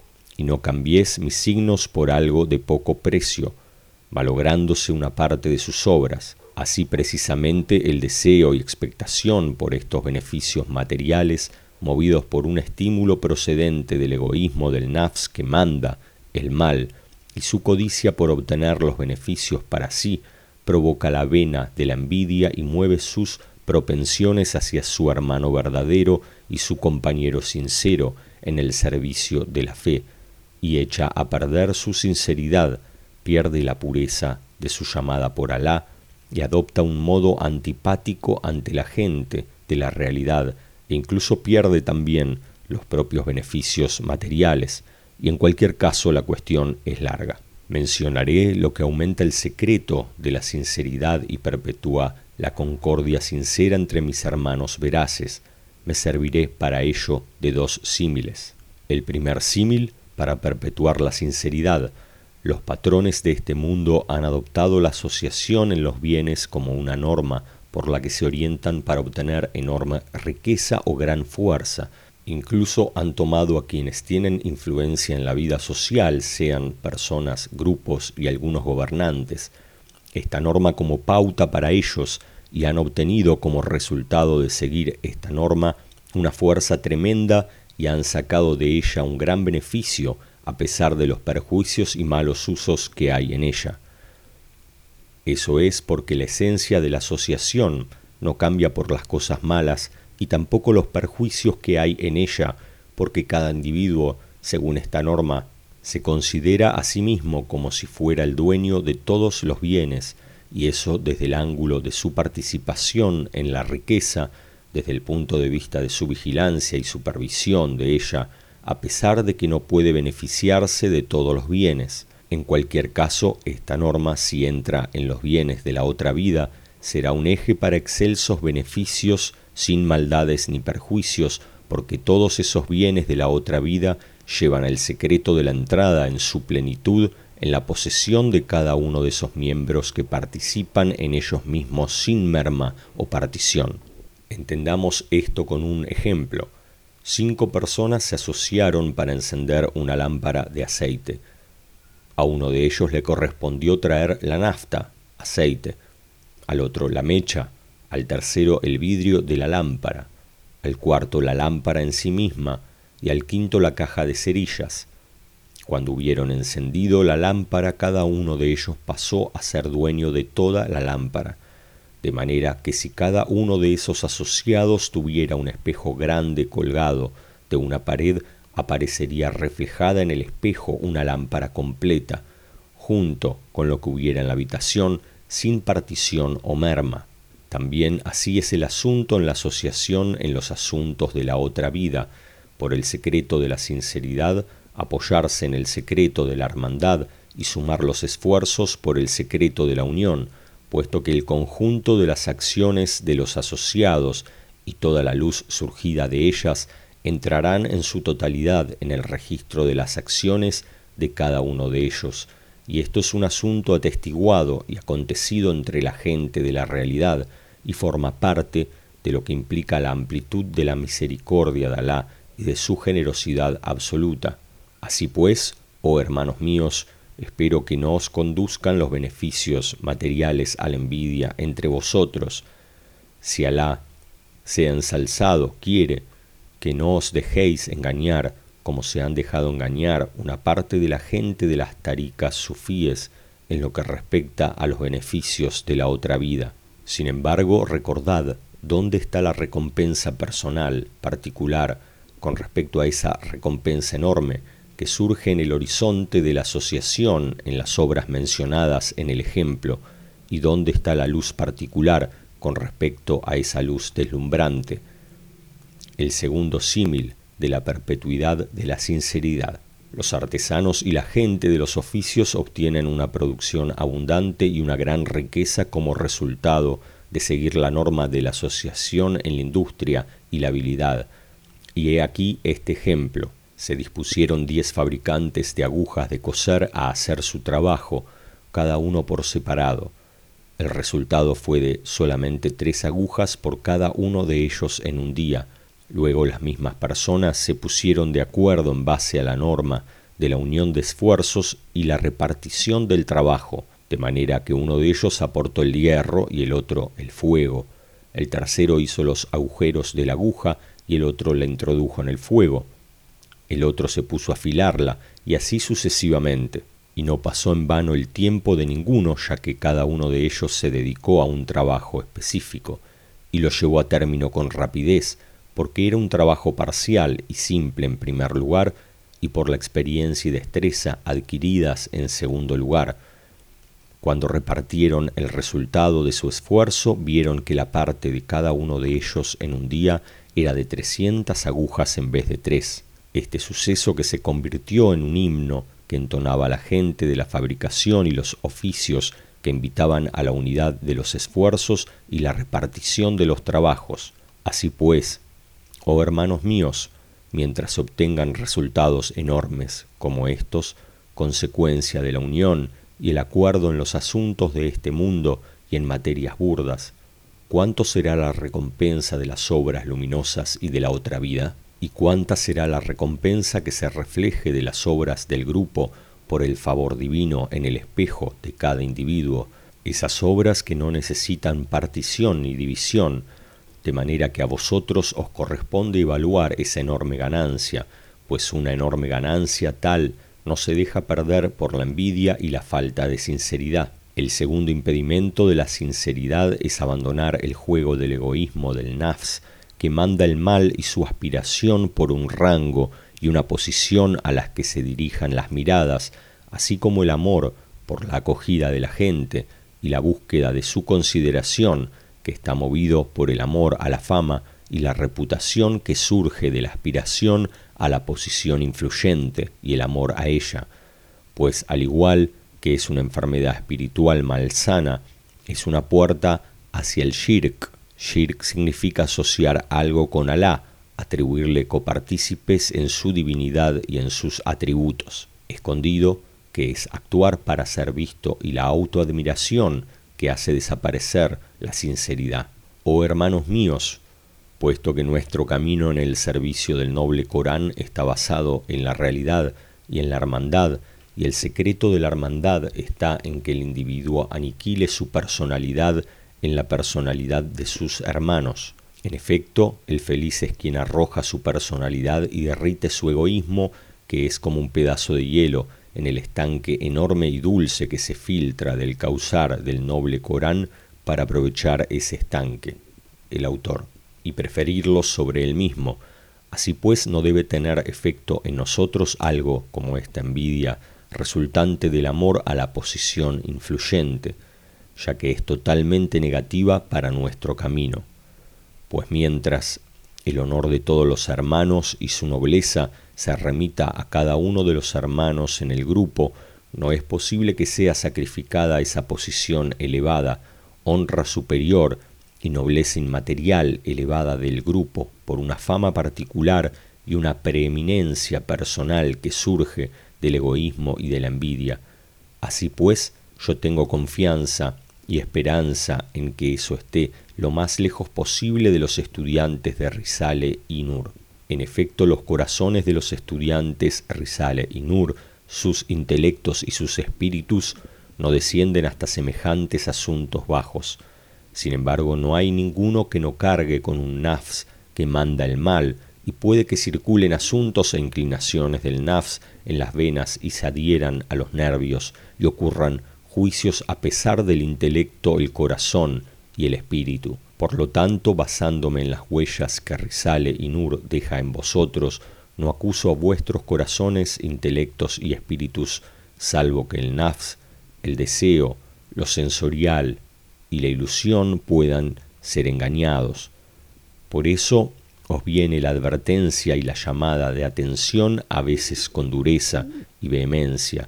A: Y no cambies mis signos por algo de poco precio, malográndose una parte de sus obras. Así precisamente el deseo y expectación por estos beneficios materiales, movidos por un estímulo procedente del egoísmo del nafs que manda, el mal, y su codicia por obtener los beneficios para sí, provoca la vena de la envidia y mueve sus propensiones hacia su hermano verdadero y su compañero sincero en el servicio de la fe, y echa a perder su sinceridad, pierde la pureza de su llamada por Alá y adopta un modo antipático ante la gente de la realidad, e incluso pierde también los propios beneficios materiales, y en cualquier caso la cuestión es larga. Mencionaré lo que aumenta el secreto de la sinceridad y perpetúa la concordia sincera entre mis hermanos veraces. Me serviré para ello de dos símiles. El primer símil, para perpetuar la sinceridad. Los patrones de este mundo han adoptado la asociación en los bienes como una norma por la que se orientan para obtener enorme riqueza o gran fuerza. Incluso han tomado a quienes tienen influencia en la vida social, sean personas, grupos y algunos gobernantes, esta norma como pauta para ellos, y han obtenido como resultado de seguir esta norma una fuerza tremenda y han sacado de ella un gran beneficio a pesar de los perjuicios y malos usos que hay en ella. Eso es porque la esencia de la asociación no cambia por las cosas malas y tampoco los perjuicios que hay en ella, porque cada individuo, según esta norma, se considera a sí mismo como si fuera el dueño de todos los bienes, y eso desde el ángulo de su participación en la riqueza, desde el punto de vista de su vigilancia y supervisión de ella, a pesar de que no puede beneficiarse de todos los bienes. En cualquier caso, esta norma, si entra en los bienes de la otra vida, será un eje para excelsos beneficios sin maldades ni perjuicios, porque todos esos bienes de la otra vida llevan el secreto de la entrada en su plenitud en la posesión de cada uno de esos miembros que participan en ellos mismos sin merma o partición. Entendamos esto con un ejemplo. Cinco personas se asociaron para encender una lámpara de aceite. A uno de ellos le correspondió traer la nafta, aceite, al otro la mecha, al tercero el vidrio de la lámpara, al cuarto la lámpara en sí misma y al quinto la caja de cerillas. Cuando hubieron encendido la lámpara, cada uno de ellos pasó a ser dueño de toda la lámpara, de manera que si cada uno de esos asociados tuviera un espejo grande colgado de una pared, aparecería reflejada en el espejo una lámpara completa, junto con lo que hubiera en la habitación, sin partición o merma. También así es el asunto en la asociación en los asuntos de la otra vida, por el secreto de la sinceridad, apoyarse en el secreto de la hermandad y sumar los esfuerzos por el secreto de la unión, puesto que el conjunto de las acciones de los asociados y toda la luz surgida de ellas entrarán en su totalidad en el registro de las acciones de cada uno de ellos, y esto es un asunto atestiguado y acontecido entre la gente de la realidad, y forma parte de lo que implica la amplitud de la misericordia de Alá y de su generosidad absoluta. Así pues, oh hermanos míos, espero que no os conduzcan los beneficios materiales a la envidia entre vosotros. Si Alá, sea ensalzado, quiere que no os dejéis engañar, como se han dejado engañar una parte de la gente de las taricas sufíes en lo que respecta a los beneficios de la otra vida. Sin embargo, recordad dónde está la recompensa personal, particular, con respecto a esa recompensa enorme que surge en el horizonte de la asociación en las obras mencionadas en el ejemplo, y dónde está la luz particular con respecto a esa luz deslumbrante. El segundo símil de la perpetuidad de la sinceridad. Los artesanos y la gente de los oficios obtienen una producción abundante y una gran riqueza como resultado de seguir la norma de la asociación en la industria y la habilidad. Y he aquí este ejemplo. Se dispusieron diez fabricantes de agujas de coser a hacer su trabajo, cada uno por separado. El resultado fue de solamente tres agujas por cada uno de ellos en un día. Luego las mismas personas se pusieron de acuerdo en base a la norma de la unión de esfuerzos y la repartición del trabajo, de manera que uno de ellos aportó el hierro y el otro el fuego. El tercero hizo los agujeros de la aguja y el otro la introdujo en el fuego. El otro se puso a afilarla y así sucesivamente. Y no pasó en vano el tiempo de ninguno, ya que cada uno de ellos se dedicó a un trabajo específico y lo llevó a término con rapidez, porque era un trabajo parcial y simple en primer lugar, y por la experiencia y destreza adquiridas en segundo lugar. Cuando repartieron el resultado de su esfuerzo, vieron que la parte de cada uno de ellos en un día era de trescientas agujas en vez de tres. Este suceso, que se convirtió en un himno que entonaba la gente de la fabricación y los oficios, que invitaban a la unidad de los esfuerzos y la repartición de los trabajos. Así pues, oh hermanos míos, mientras obtengan resultados enormes como estos, consecuencia de la unión y el acuerdo en los asuntos de este mundo y en materias burdas, ¿cuánto será la recompensa de las obras luminosas y de la otra vida? ¿Y cuánta será la recompensa que se refleje de las obras del grupo por el favor divino en el espejo de cada individuo? Esas obras que no necesitan partición ni división, de manera que a vosotros os corresponde evaluar esa enorme ganancia, pues una enorme ganancia tal no se deja perder por la envidia y la falta de sinceridad. El segundo impedimento de la sinceridad es abandonar el juego del egoísmo del nafs, que manda el mal y su aspiración por un rango y una posición a las que se dirijan las miradas, así como el amor por la acogida de la gente y la búsqueda de su consideración, que está movido por el amor a la fama y la reputación que surge de la aspiración a la posición influyente y el amor a ella, pues al igual que es una enfermedad espiritual malsana, es una puerta hacia el shirk. Shirk significa asociar algo con Alá, atribuirle copartícipes en su divinidad y en sus atributos. Escondido, que es actuar para ser visto, y la autoadmiración, que hace desaparecer la sinceridad. Oh hermanos míos, puesto que nuestro camino en el servicio del noble Corán está basado en la realidad y en la hermandad, y el secreto de la hermandad está en que el individuo aniquile su personalidad en la personalidad de sus hermanos. En efecto, el feliz es quien arroja su personalidad y derrite su egoísmo, que es como un pedazo de hielo, en el estanque enorme y dulce que se filtra del cauzar del noble Corán para aprovechar ese estanque. El autor, y preferirlo sobre él mismo. Así pues, no debe tener efecto en nosotros algo como esta envidia, resultante del amor a la posición influyente, ya que es totalmente negativa para nuestro camino. Pues mientras el honor de todos los hermanos y su nobleza se remita a cada uno de los hermanos en el grupo, no es posible que sea sacrificada esa posición elevada, honra superior y nobleza inmaterial elevada del grupo por una fama particular y una preeminencia personal que surge del egoísmo y de la envidia. Así pues, yo tengo confianza y esperanza en que eso esté lo más lejos posible de los estudiantes de Risale y Nur. En efecto, los corazones de los estudiantes Risale y Nur sus intelectos y sus espíritus no descienden hasta semejantes asuntos bajos. Sin embargo, no hay ninguno que no cargue con un nafs que manda el mal, y puede que circulen asuntos e inclinaciones del nafs en las venas y se adhieran a los nervios y ocurran juicios a pesar del intelecto, el corazón y el espíritu. Por lo tanto, basándome en las huellas que Risale y Nur deja en vosotros, no acuso a vuestros corazones, intelectos y espíritus, salvo que el nafs, el deseo, lo sensorial y la ilusión puedan ser engañados. Por eso os viene la advertencia y la llamada de atención, a veces con dureza y vehemencia,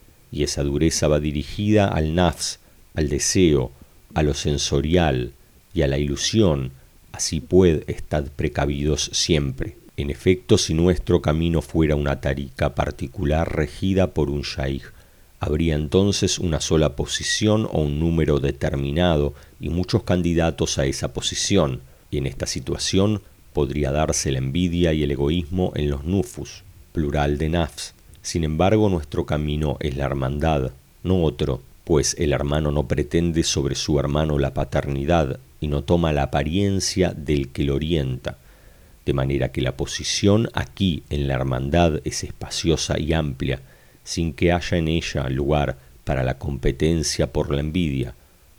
A: y esa dureza va dirigida al nafs, al deseo, a lo sensorial y a la ilusión. Así pues, estad precavidos siempre. En efecto, si nuestro camino fuera una tarica particular regida por un shaykh, habría entonces una sola posición o un número determinado y muchos candidatos a esa posición, y en esta situación podría darse la envidia y el egoísmo en los nufus, plural de nafs. Sin embargo, nuestro camino es la hermandad, no otro, pues el hermano no pretende sobre su hermano la paternidad y no toma la apariencia del que lo orienta, de manera que la posición aquí en la hermandad es espaciosa y amplia, sin que haya en ella lugar para la competencia por la envidia.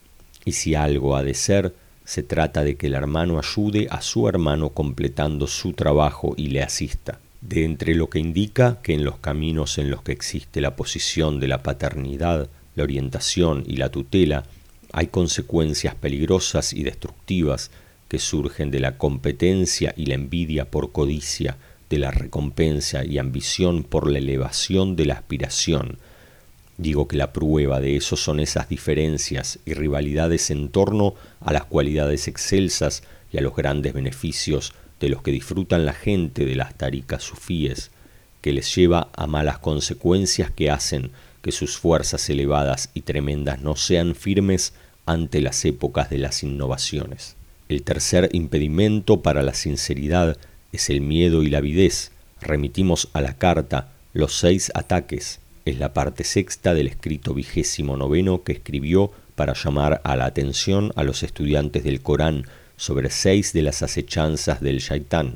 A: Y si algo ha de ser, se trata de que el hermano ayude a su hermano completando su trabajo y le asista. De entre lo que indica que en los caminos en los que existe la posición de la paternidad, la orientación y la tutela, hay consecuencias peligrosas y destructivas que surgen de la competencia y la envidia por codicia, de la recompensa y ambición por la elevación de la aspiración. Digo que la prueba de eso son esas diferencias y rivalidades en torno a las cualidades excelsas y a los grandes beneficios de los que disfrutan la gente de las taricas sufíes, que les lleva a malas consecuencias que hacen que sus fuerzas elevadas y tremendas no sean firmes ante las épocas de las innovaciones. El tercer impedimento para la sinceridad es el miedo y la avidez. Remitimos a la carta los seis ataques. Es la parte sexta del escrito vigésimo noveno que escribió para llamar a la atención a los estudiantes del Corán sobre seis de las acechanzas del Shaitán,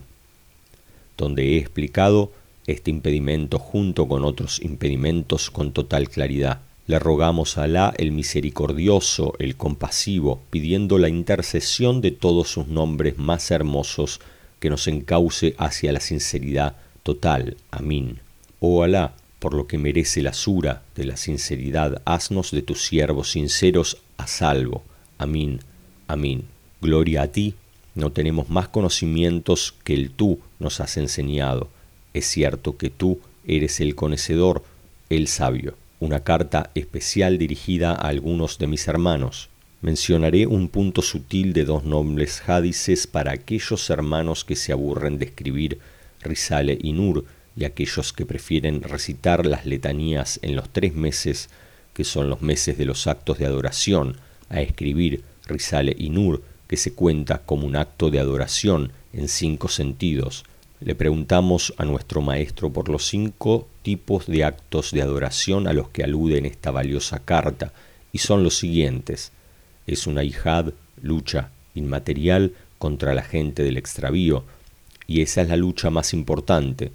A: donde he explicado este impedimento junto con otros impedimentos con total claridad. Le rogamos a Alá el misericordioso, el compasivo, pidiendo la intercesión de todos sus nombres más hermosos, que nos encauce hacia la sinceridad total. Amín. Oh Alá, por lo que merece la sura de la sinceridad, haznos de tus siervos sinceros a salvo. Amín, amín. Gloria a ti, no tenemos más conocimientos que el tú nos has enseñado. Es cierto que tú eres el conocedor, el sabio. Una carta especial dirigida a algunos de mis hermanos. Mencionaré un punto sutil de dos nobles hadices para aquellos hermanos que se aburren de escribir Risale y Nur, y aquellos que prefieren recitar las letanías en los tres meses, que son los meses de los actos de adoración, a escribir Risale y Nur, que se cuenta como un acto de adoración en cinco sentidos. Le preguntamos a nuestro maestro por los cinco tipos de actos de adoración a los que alude en esta valiosa carta, y son los siguientes. Es una yihad, lucha inmaterial contra la gente del extravío, y esa es la lucha más importante.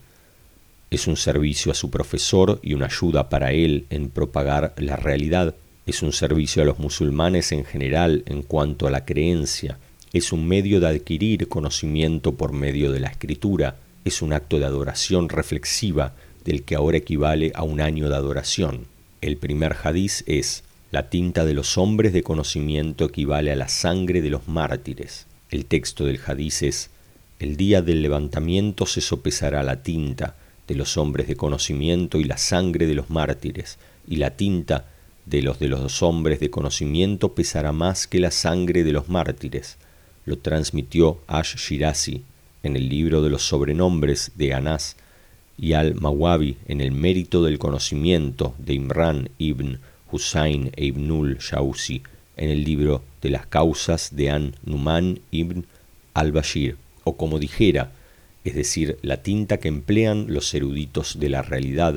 A: Es un servicio a su profesor y una ayuda para él en propagar la realidad. Es un servicio a los musulmanes en general en cuanto a la creencia. Es un medio de adquirir conocimiento por medio de la escritura. Es un acto de adoración reflexiva del que ahora equivale a un año de adoración. El primer hadiz es: la tinta de los hombres de conocimiento equivale a la sangre de los mártires. El texto del hadiz es: el día del levantamiento se sopesará la tinta de los hombres de conocimiento y la sangre de los mártires, y la tinta de los de los hombres de conocimiento pesará más que la sangre de los mártires. Lo transmitió Ash-Shirazi en el libro de los sobrenombres de Anás, y al-Mawabi en el mérito del conocimiento de Imran ibn Husayn e Ibnul Jauzi en el libro de las causas de An-Numan ibn al-Bashir, o como dijera, es decir, la tinta que emplean los eruditos de la realidad,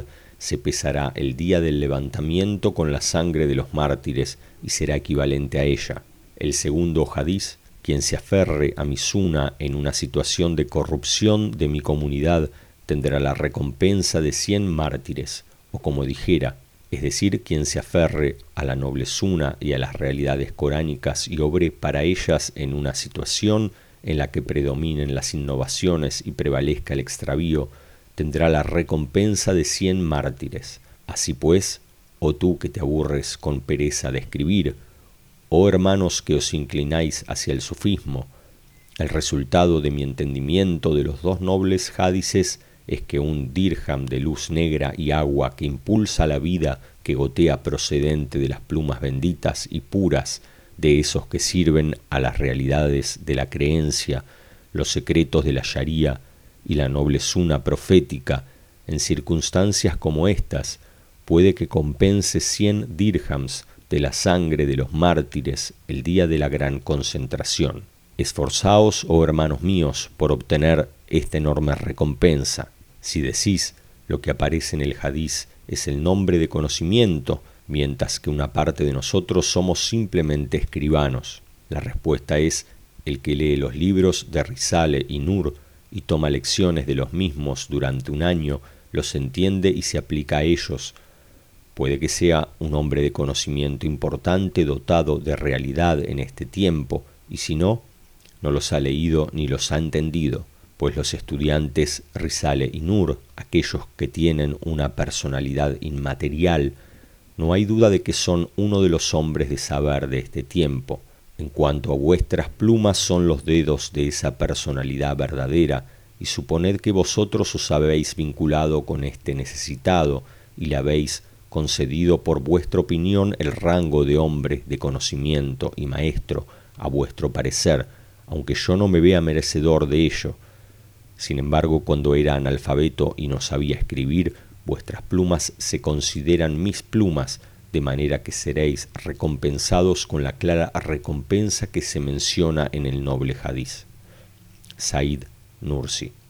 A: se pesará el día del levantamiento con la sangre de los mártires y será equivalente a ella. El segundo hadiz: quien se aferre a mi suna en una situación de corrupción de mi comunidad tendrá la recompensa de cien mártires, o como dijera, es decir, quien se aferre a la noble suna y a las realidades coránicas y obre para ellas en una situación en la que predominen las innovaciones y prevalezca el extravío, tendrá la recompensa de cien mártires. Así pues, oh tú que te aburres con pereza de escribir, oh hermanos que os inclináis hacia el sufismo, el resultado de mi entendimiento de los dos nobles hadices es que un dirham de luz negra y agua que impulsa la vida que gotea procedente de las plumas benditas y puras de esos que sirven a las realidades de la creencia, los secretos de la sharía y la noble suna profética, en circunstancias como estas, puede que compense cien dirhams de la sangre de los mártires el día de la gran concentración. Esforzaos, oh hermanos míos, por obtener esta enorme recompensa. Si decís lo que aparece en el hadiz es el nombre de conocimiento, mientras que una parte de nosotros somos simplemente escribanos. La respuesta es: el que lee los libros de Risale y Nur y toma lecciones de los mismos durante un año, los entiende y se aplica a ellos. Puede que sea un hombre de conocimiento importante dotado de realidad en este tiempo, y si no, no los ha leído ni los ha entendido, pues los estudiantes Risale y Nur, aquellos que tienen una personalidad inmaterial, no hay duda de que son uno de los hombres de saber de este tiempo. En cuanto a vuestras plumas son los dedos de esa personalidad verdadera, y suponed que vosotros os habéis vinculado con este necesitado, y le habéis concedido por vuestra opinión el rango de hombre de conocimiento y maestro, a vuestro parecer, aunque yo no me vea merecedor de ello. Sin embargo, cuando era analfabeto y no sabía escribir, vuestras plumas se consideran mis plumas, de manera que seréis recompensados con la clara recompensa que se menciona en el noble hadiz. Said Nursi.